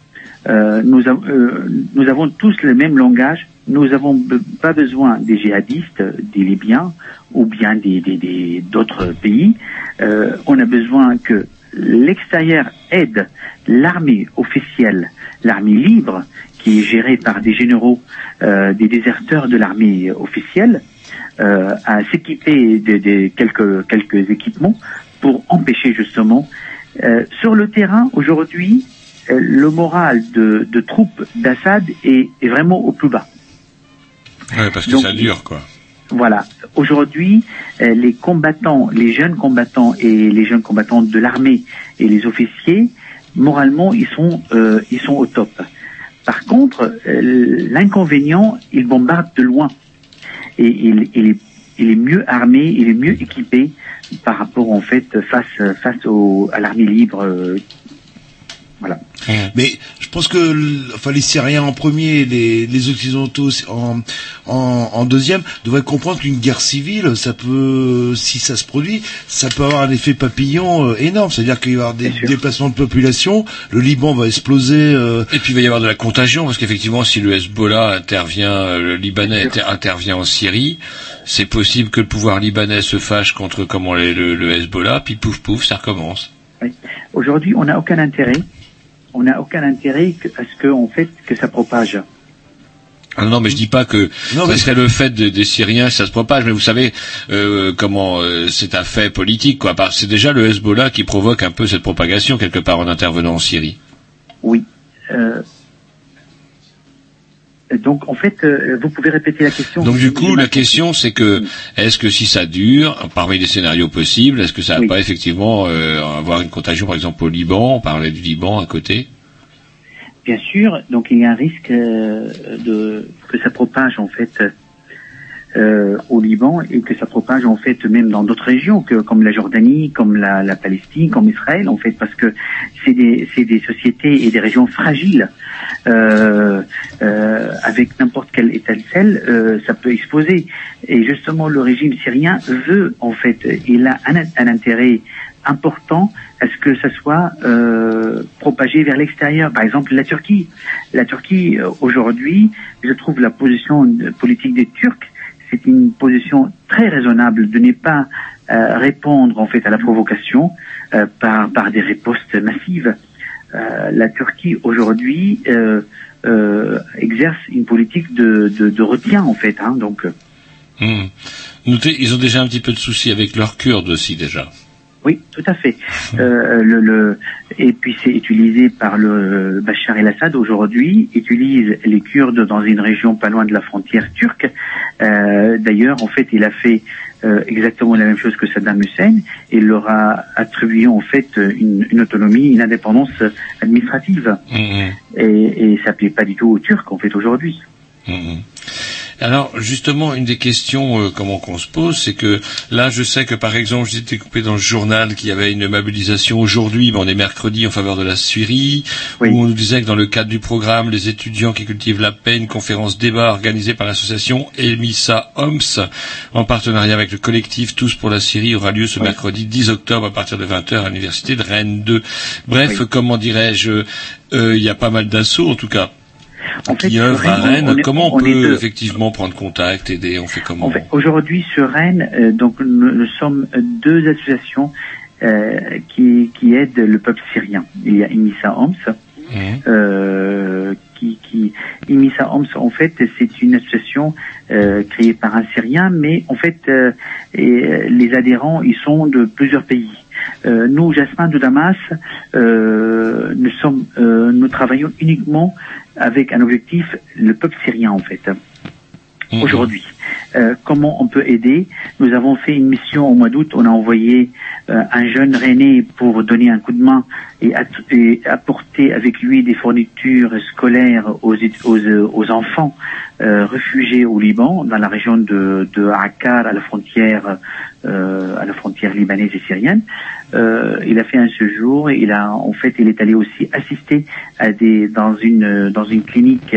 euh, nous, av- euh, nous avons tous le même langage. Nous n'avons be- pas besoin des djihadistes, des Libyens ou bien des, des, des d'autres pays. Euh, on a besoin que l'extérieur aide l'armée officielle, l'armée libre, qui est gérée par des généraux, euh, des déserteurs de l'armée officielle, euh, à s'équiper de, de quelques quelques équipements pour empêcher justement. Euh, sur le terrain aujourd'hui, euh, le moral de, de troupes d'Assad est, est vraiment au plus bas.
Ouais, parce que
Donc,
ça dure, quoi.
Voilà. Aujourd'hui, euh, les combattants, les jeunes combattants et les jeunes combattants de l'armée et les officiers, moralement, ils sont euh, ils sont au top. Par contre, euh, l'inconvénient, ils bombardent de loin. Et il, il, est, il est mieux armé, il est mieux équipé par rapport, en fait, face, face au, à l'armée libre. Euh, voilà.
Mais je pense que, enfin, les Syriens en premier, les, les Occidentaux en, en, en deuxième, devraient comprendre qu'une guerre civile, ça peut, si ça se produit, ça peut avoir un effet papillon euh, énorme. C'est-à-dire qu'il va y avoir des déplacements de population, le Liban va exploser. Euh...
Et puis il va y avoir de la contagion, parce qu'effectivement, si le Hezbollah intervient, le Libanais inter- intervient en Syrie, c'est possible que le pouvoir libanais se fâche contre comment le, le, le Hezbollah, puis pouf pouf, ça recommence.
Oui. Aujourd'hui, on n'a aucun intérêt. On n'a aucun intérêt que, à ce que, en fait, que ça propage.
Ah non, mais je dis pas que non, ça serait le fait de, des Syriens, ça se propage, mais vous savez euh, comment euh, c'est un fait politique, quoi. C'est déjà le Hezbollah qui provoque un peu cette propagation quelque part en intervenant en Syrie.
Oui. Euh, donc, en fait, euh, vous pouvez répéter la question.
Donc, du coup, la question, c'est que est-ce que si ça dure, parmi les scénarios possibles, est-ce que ça va oui. pas effectivement euh, avoir une contagion, par exemple, au Liban? On parlait du Liban à côté.
Bien sûr. Donc, il y a un risque euh, de que ça propage, en fait, euh, au Liban et que ça propage en fait même dans d'autres régions que comme la Jordanie, comme la, la Palestine, comme Israël en fait, parce que c'est des c'est des sociétés et des régions fragiles. Euh, euh, avec n'importe quelle étincelle, euh, ça peut exploser. Et justement, le régime syrien veut en fait, il a un, un intérêt important à ce que ça soit euh, propagé vers l'extérieur. Par exemple, la Turquie. La Turquie, euh, aujourd'hui, je trouve la position politique des Turcs, c'est une position très raisonnable de ne pas euh, répondre en fait à la provocation euh, par par des ripostes massives. Euh, la Turquie aujourd'hui euh, euh, exerce une politique de, de, de retien en fait. Hein, donc.
Mmh. Notez, ils ont déjà un petit peu de soucis avec leurs Kurdes aussi déjà.
Oui, tout à fait. Euh, le, le, et puis c'est utilisé par le Bachar el-Assad aujourd'hui, utilise les Kurdes dans une région pas loin de la frontière turque. Euh, d'ailleurs, en fait, il a fait euh, exactement la même chose que Saddam Hussein. Il leur a attribué en fait une, une autonomie, une indépendance administrative. Mmh. Et, et ça plaît pas du tout aux Turcs en fait aujourd'hui.
Mmh. Alors, justement, une des questions euh, comment qu'on se pose, c'est que là, je sais que, par exemple, j'ai été coupé dans le journal qu'il y avait une mobilisation aujourd'hui, mais on est mercredi en faveur de la Syrie, oui. Où on nous disait que dans le cadre du programme, les étudiants qui cultivent la paix, une conférence débat organisée par l'association Elmissa Homs, en partenariat avec le collectif Tous pour la Syrie, aura lieu ce oui. mercredi dix octobre à partir de vingt heures à l'université de Rennes deux. Bref, oui. comment dirais-je, il euh, y a pas mal d'assauts, en tout cas. En fait, qui œuvre à Rennes, on est, comment on, on peut de... effectivement prendre contact, aider, on fait comment?
En fait, aujourd'hui sur Rennes, euh, donc nous, nous sommes deux associations euh, qui, qui aident le peuple syrien. Il y a Elmissa Homs, mmh. euh, qui, qui Elmissa Homs en fait c'est une association euh, créée par un Syrien, mais en fait euh, et, les adhérents ils sont de plusieurs pays. Euh, nous, Jasmin de Damas, euh, nous sommes, euh, nous travaillons uniquement avec un objectif, le peuple syrien en fait. Mmh. Aujourd'hui, euh, comment on peut aider? Nous avons fait une mission au mois d'août. On a envoyé euh, un jeune Rennais pour donner un coup de main et, et apporter avec lui des fournitures scolaires aux, aux, aux enfants euh, réfugiés au Liban, dans la région de, de Akkar, à la frontière, euh, à la frontière libanaise et syrienne. Euh, il a fait un séjour et il a, en fait, il est allé aussi assister à des, dans une, dans une clinique.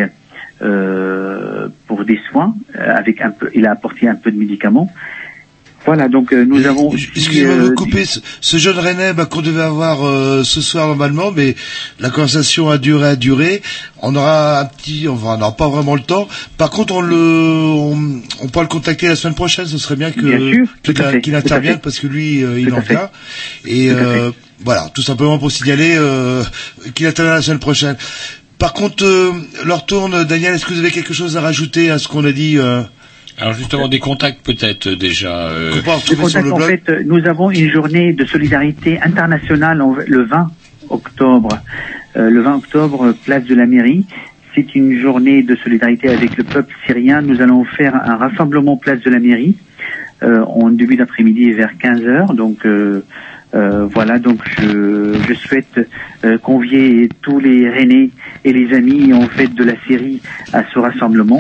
Euh, pour des soins, euh, avec un peu, il a apporté un peu de médicaments. Voilà, donc euh, nous
et,
avons.
Excusez-moi de vous couper, ce, ce jeune Rennais bah, qu'on devait avoir euh, ce soir normalement, mais la conversation a duré, a duré. On aura un petit, enfin, on n'aura pas vraiment le temps. Par contre, on le, on, on pourra le contacter la semaine prochaine. Ce serait bien que
bien sûr,
qu'il,
fait,
qu'il intervienne parce que lui, euh, il en vient. Et euh, voilà, tout simplement pour signaler euh, qu'il intervienne la semaine prochaine. Par contre, euh, leur tourne, Daniel, est-ce que vous avez quelque chose à rajouter à ce qu'on a dit euh...
Alors justement, des contacts peut-être déjà. Euh...
Des contacts, en fait, nous avons une journée de solidarité internationale le vingt octobre. Euh, le vingt octobre, place de la mairie. C'est une journée de solidarité avec le peuple syrien. Nous allons faire un rassemblement place de la mairie euh, en début d'après-midi vers quinze heures. Donc euh, Euh, voilà, donc je, je souhaite euh, convier tous les Rennais et les amis en fait de la Syrie à ce rassemblement.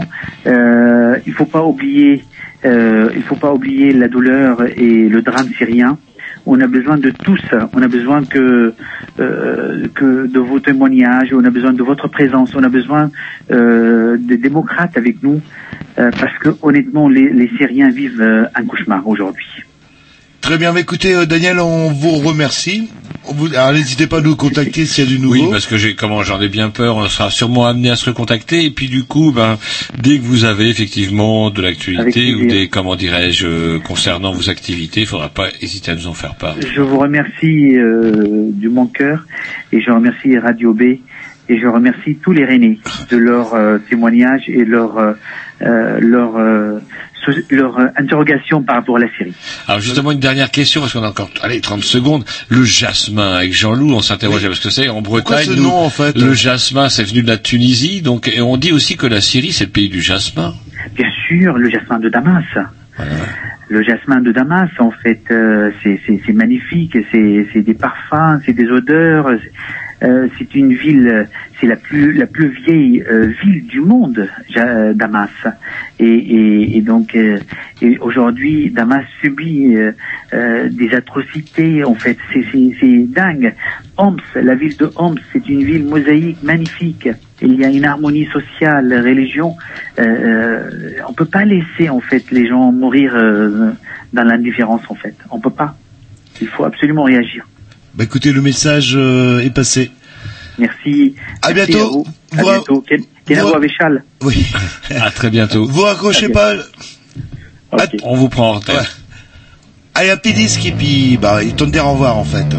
Euh, il faut pas oublier, euh, il faut pas oublier la douleur et le drame syrien. On a besoin de tous. On a besoin que euh, que de vos témoignages. On a besoin de votre présence. On a besoin euh, des démocrates avec nous euh, parce que honnêtement, les, les Syriens vivent euh, un cauchemar aujourd'hui.
Très bien, mais écoutez, euh, Daniel, on vous remercie. On vous... Alors, n'hésitez pas à nous contacter s'il y a du nouveau.
Oui, parce que j'ai, comment, j'en ai bien peur, on sera sûrement amené à se recontacter. Et puis, du coup, ben, dès que vous avez effectivement de l'actualité ou des, comment dirais-je, concernant vos activités, il faudra pas hésiter à nous en faire part.
Je vous remercie euh, du mon cœur et je remercie Radio B et je remercie tous les Rennais de leur euh, témoignage et leur euh, euh, leur euh, leur euh, interrogation par rapport à la Syrie.
Alors justement une dernière question parce qu'on a encore allez trente secondes. Le jasmin avec Jean-Loup, on s'interrogeait parce que c'est en Bretagne.
Pourquoi ce nom, en fait
le jasmin, c'est venu de la Tunisie, donc et on dit aussi que la Syrie c'est le pays du jasmin.
Bien sûr, le jasmin de Damas. Voilà. Le jasmin de Damas, en fait, euh, c'est, c'est, c'est magnifique. C'est, c'est des parfums, c'est des odeurs. Euh, c'est une ville, c'est la plus la plus vieille euh, ville du monde, ja- Damas. Et, et, et donc euh, et aujourd'hui, Damas subit euh, euh, des atrocités. En fait, c'est c'est, c'est dingue. Homs, la ville de Homs, c'est une ville mosaïque magnifique. Il y a une harmonie sociale, religion. Euh, on peut pas laisser en fait les gens mourir euh, dans l'indifférence. En fait, on peut pas. Il faut absolument réagir.
Bah écoutez, le message euh, est passé.
Merci.
À
Merci
bientôt.
À, vous. À
Vous
bientôt. Ken, Ken
vous-
Véchal.
Oui.
À très bientôt.
Vous raccrochez
À
pas.
Ok.
On vous prend en tête.
Ouais. Allez, un petit disque et puis bah il tourne dire au revoir en fait.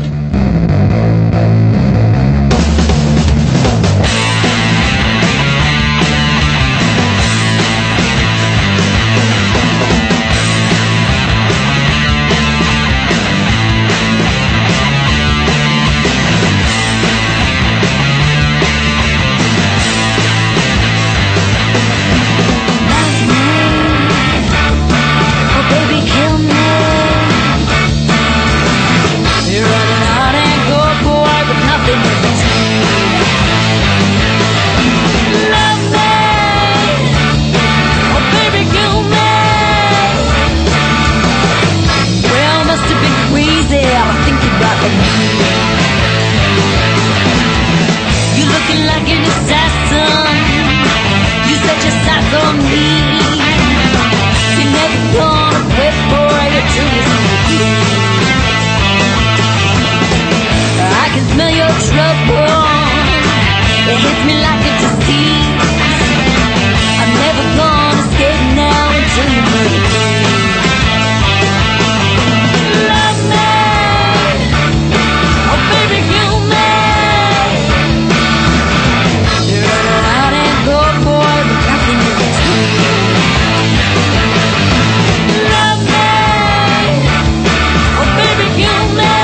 Oh, baby, kill me. You're running out and go, boy, but nothing in between. Love me. Oh, baby, kill me. Well, must have been crazy. I think you got me. You're looking like an assassin. You set your sights on me. You're never gonna quit, boy, until you see me bleed. I can smell your trouble. It hits me like a disease. I'm never gonna escape now until you murder me. Love me. Oh, baby, kill me. You're running out and go, boy, but nothing in between. Love me. Oh, baby, kill me.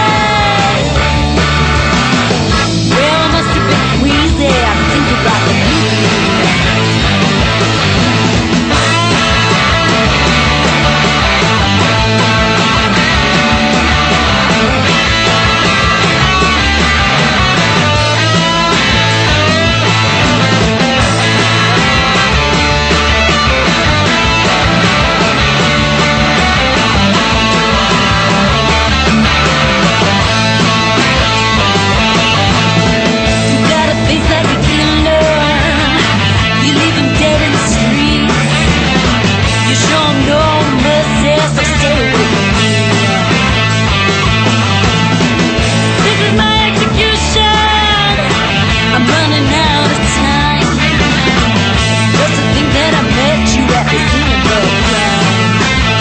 Well, I must have been queasy. I think you got the You got a face like a killer. You leave him dead in the streets. You show him no mercy, so stay with me. This is my execution. I'm running out of time. Just to think that I met you at the scene of the crime.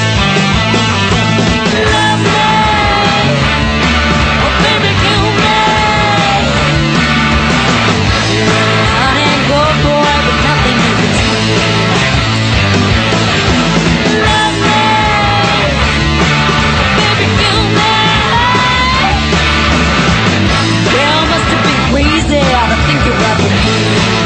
Love me. Oh, baby, kill me. You're running out and go, boy, but nothing in between. Love me. Baby, kill me. Well, must have been crazy. I think you're right with me.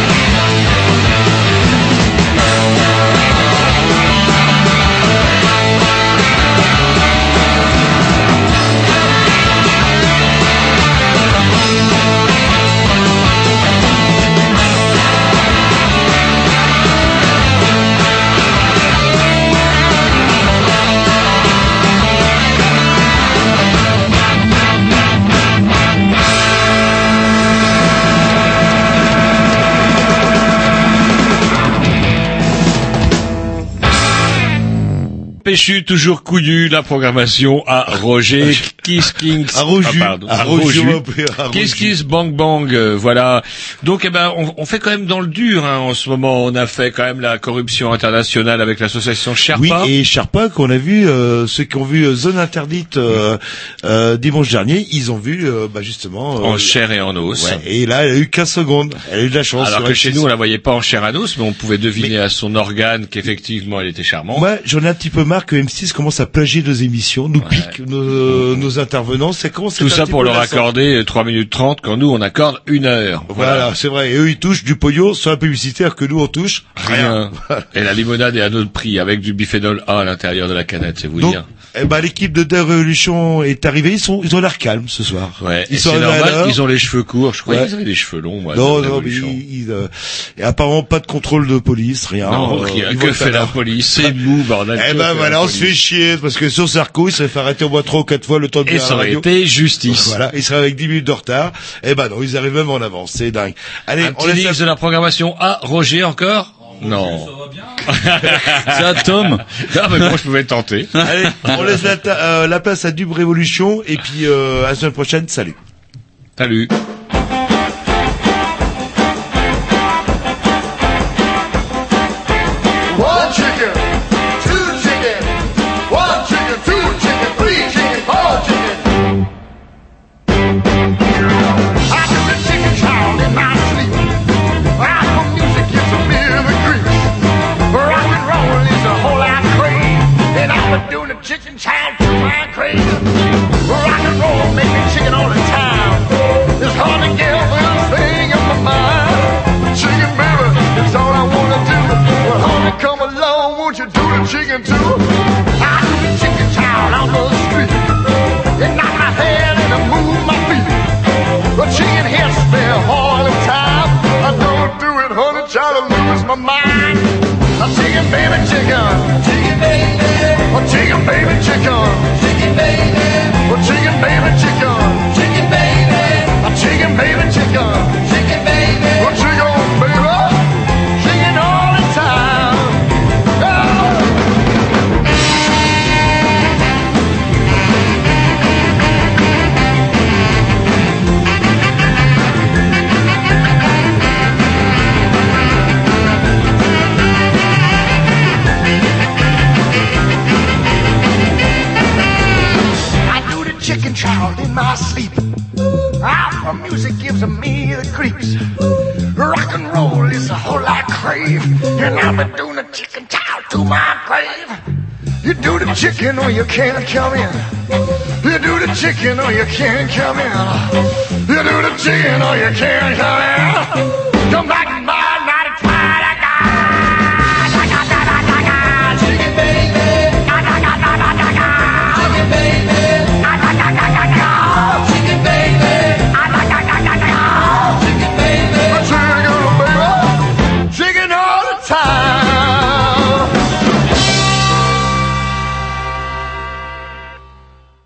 Péchu, toujours couillu, la programmation à Roger, Kiss Kings,
À Roju.
ah, pardon,
À
à
Roju,
Roju.
on peut- à
Kiss
Roju.
Kiss Bang Bang, euh, voilà. Donc, eh ben, on, on fait quand même dans le dur, hein, en ce moment. On a fait quand même la corruption internationale avec l'association Sherpa.
Oui, et Sherpa, qu'on a vu, euh, ceux qui ont vu euh, Zone Interdite euh, euh, dimanche dernier, ils ont vu euh, bah, justement... euh,
En chair et en os.
ouais, et là, elle a eu quinze secondes. Elle a eu de la chance.
Alors
sur
que
M
chez
six.
nous, on la voyait pas en chair à os, mais on pouvait deviner à son organe qu'effectivement elle était charmante.
Moi, j'en ai un petit peu marre remarque que M six commence à plagier nos émissions, nous ouais. pique nos, nos intervenants. C'est comment
tout ça pour leur accorder trois minutes trente quand nous on accorde une heure.
Voilà, voilà, c'est vrai. Et eux ils touchent du pognon sur la publicité, alors que nous on touche rien.
rien. Et la limonade est à notre prix avec du biphénol A à l'intérieur de la canette, c'est vous
Donc,
dire.
Eh ben l'équipe de Dead Revolution est arrivée. Ils sont, ils ont l'air calmes ce soir.
Ouais.
Ils
et
sont
c'est normal.
Ils
ont les cheveux courts. Je croyais ouais. qu'ils avaient des cheveux longs. Moi,
non, non, mais ils, ils, euh, et apparemment pas de contrôle de police, rien.
Non, euh, rien. Que fait la police? C'est mou, bordel.
Eh ben voilà, on se fait chier parce que sur Sarko, il serait fait arrêter au moins trois ou quatre fois le temps de
et ça aurait été justice.
Voilà, il serait avec dix minutes de retard. Eh ben non, ils arrivent même en avance. C'est dingue.
Allez, un on laisse la... de la programmation. Ah, Roger encore. Non.
C'est à Tom.
Ah, mais moi, je pouvais tenter.
Allez, on laisse la, ta- euh, la place à Dub Révolution, et puis, euh, à la semaine prochaine, salut.
Salut.
One chicken, two chicken, one chicken, two chicken, three chicken, four chicken. I do the chicken chow in my sleep. Our music gives me the creeps. Rock and roll is a whole lot crazy, and I've been doing the chicken chow to my crazy. Rock and roll make me chicken all the time. It's hard to get this thing in my mind. Chicken baby, it's all I wanna do. Well, honey, come along, won't you do the chicken too? I do the chicken chow on the street. It knock my head and I move my feet. The chicken head smell all the time. I don't do it, honey, try to lose my mind. A chicken baby chicken, chicken baby, a chicken baby chicken, chicken baby, a chicken baby chicken, chicken baby, a chicken baby chicken, chicken baby, a chicken baby, chicken all the time. Oh. Chicken chow in my sleep. Our music gives me the creeps. Rock and roll is a whole lot crave, and I've been doing the chicken chow to my grave. You do the chicken or you can't come in. You do the chicken or you can't come in. You do the chicken or you can't come in. Come back.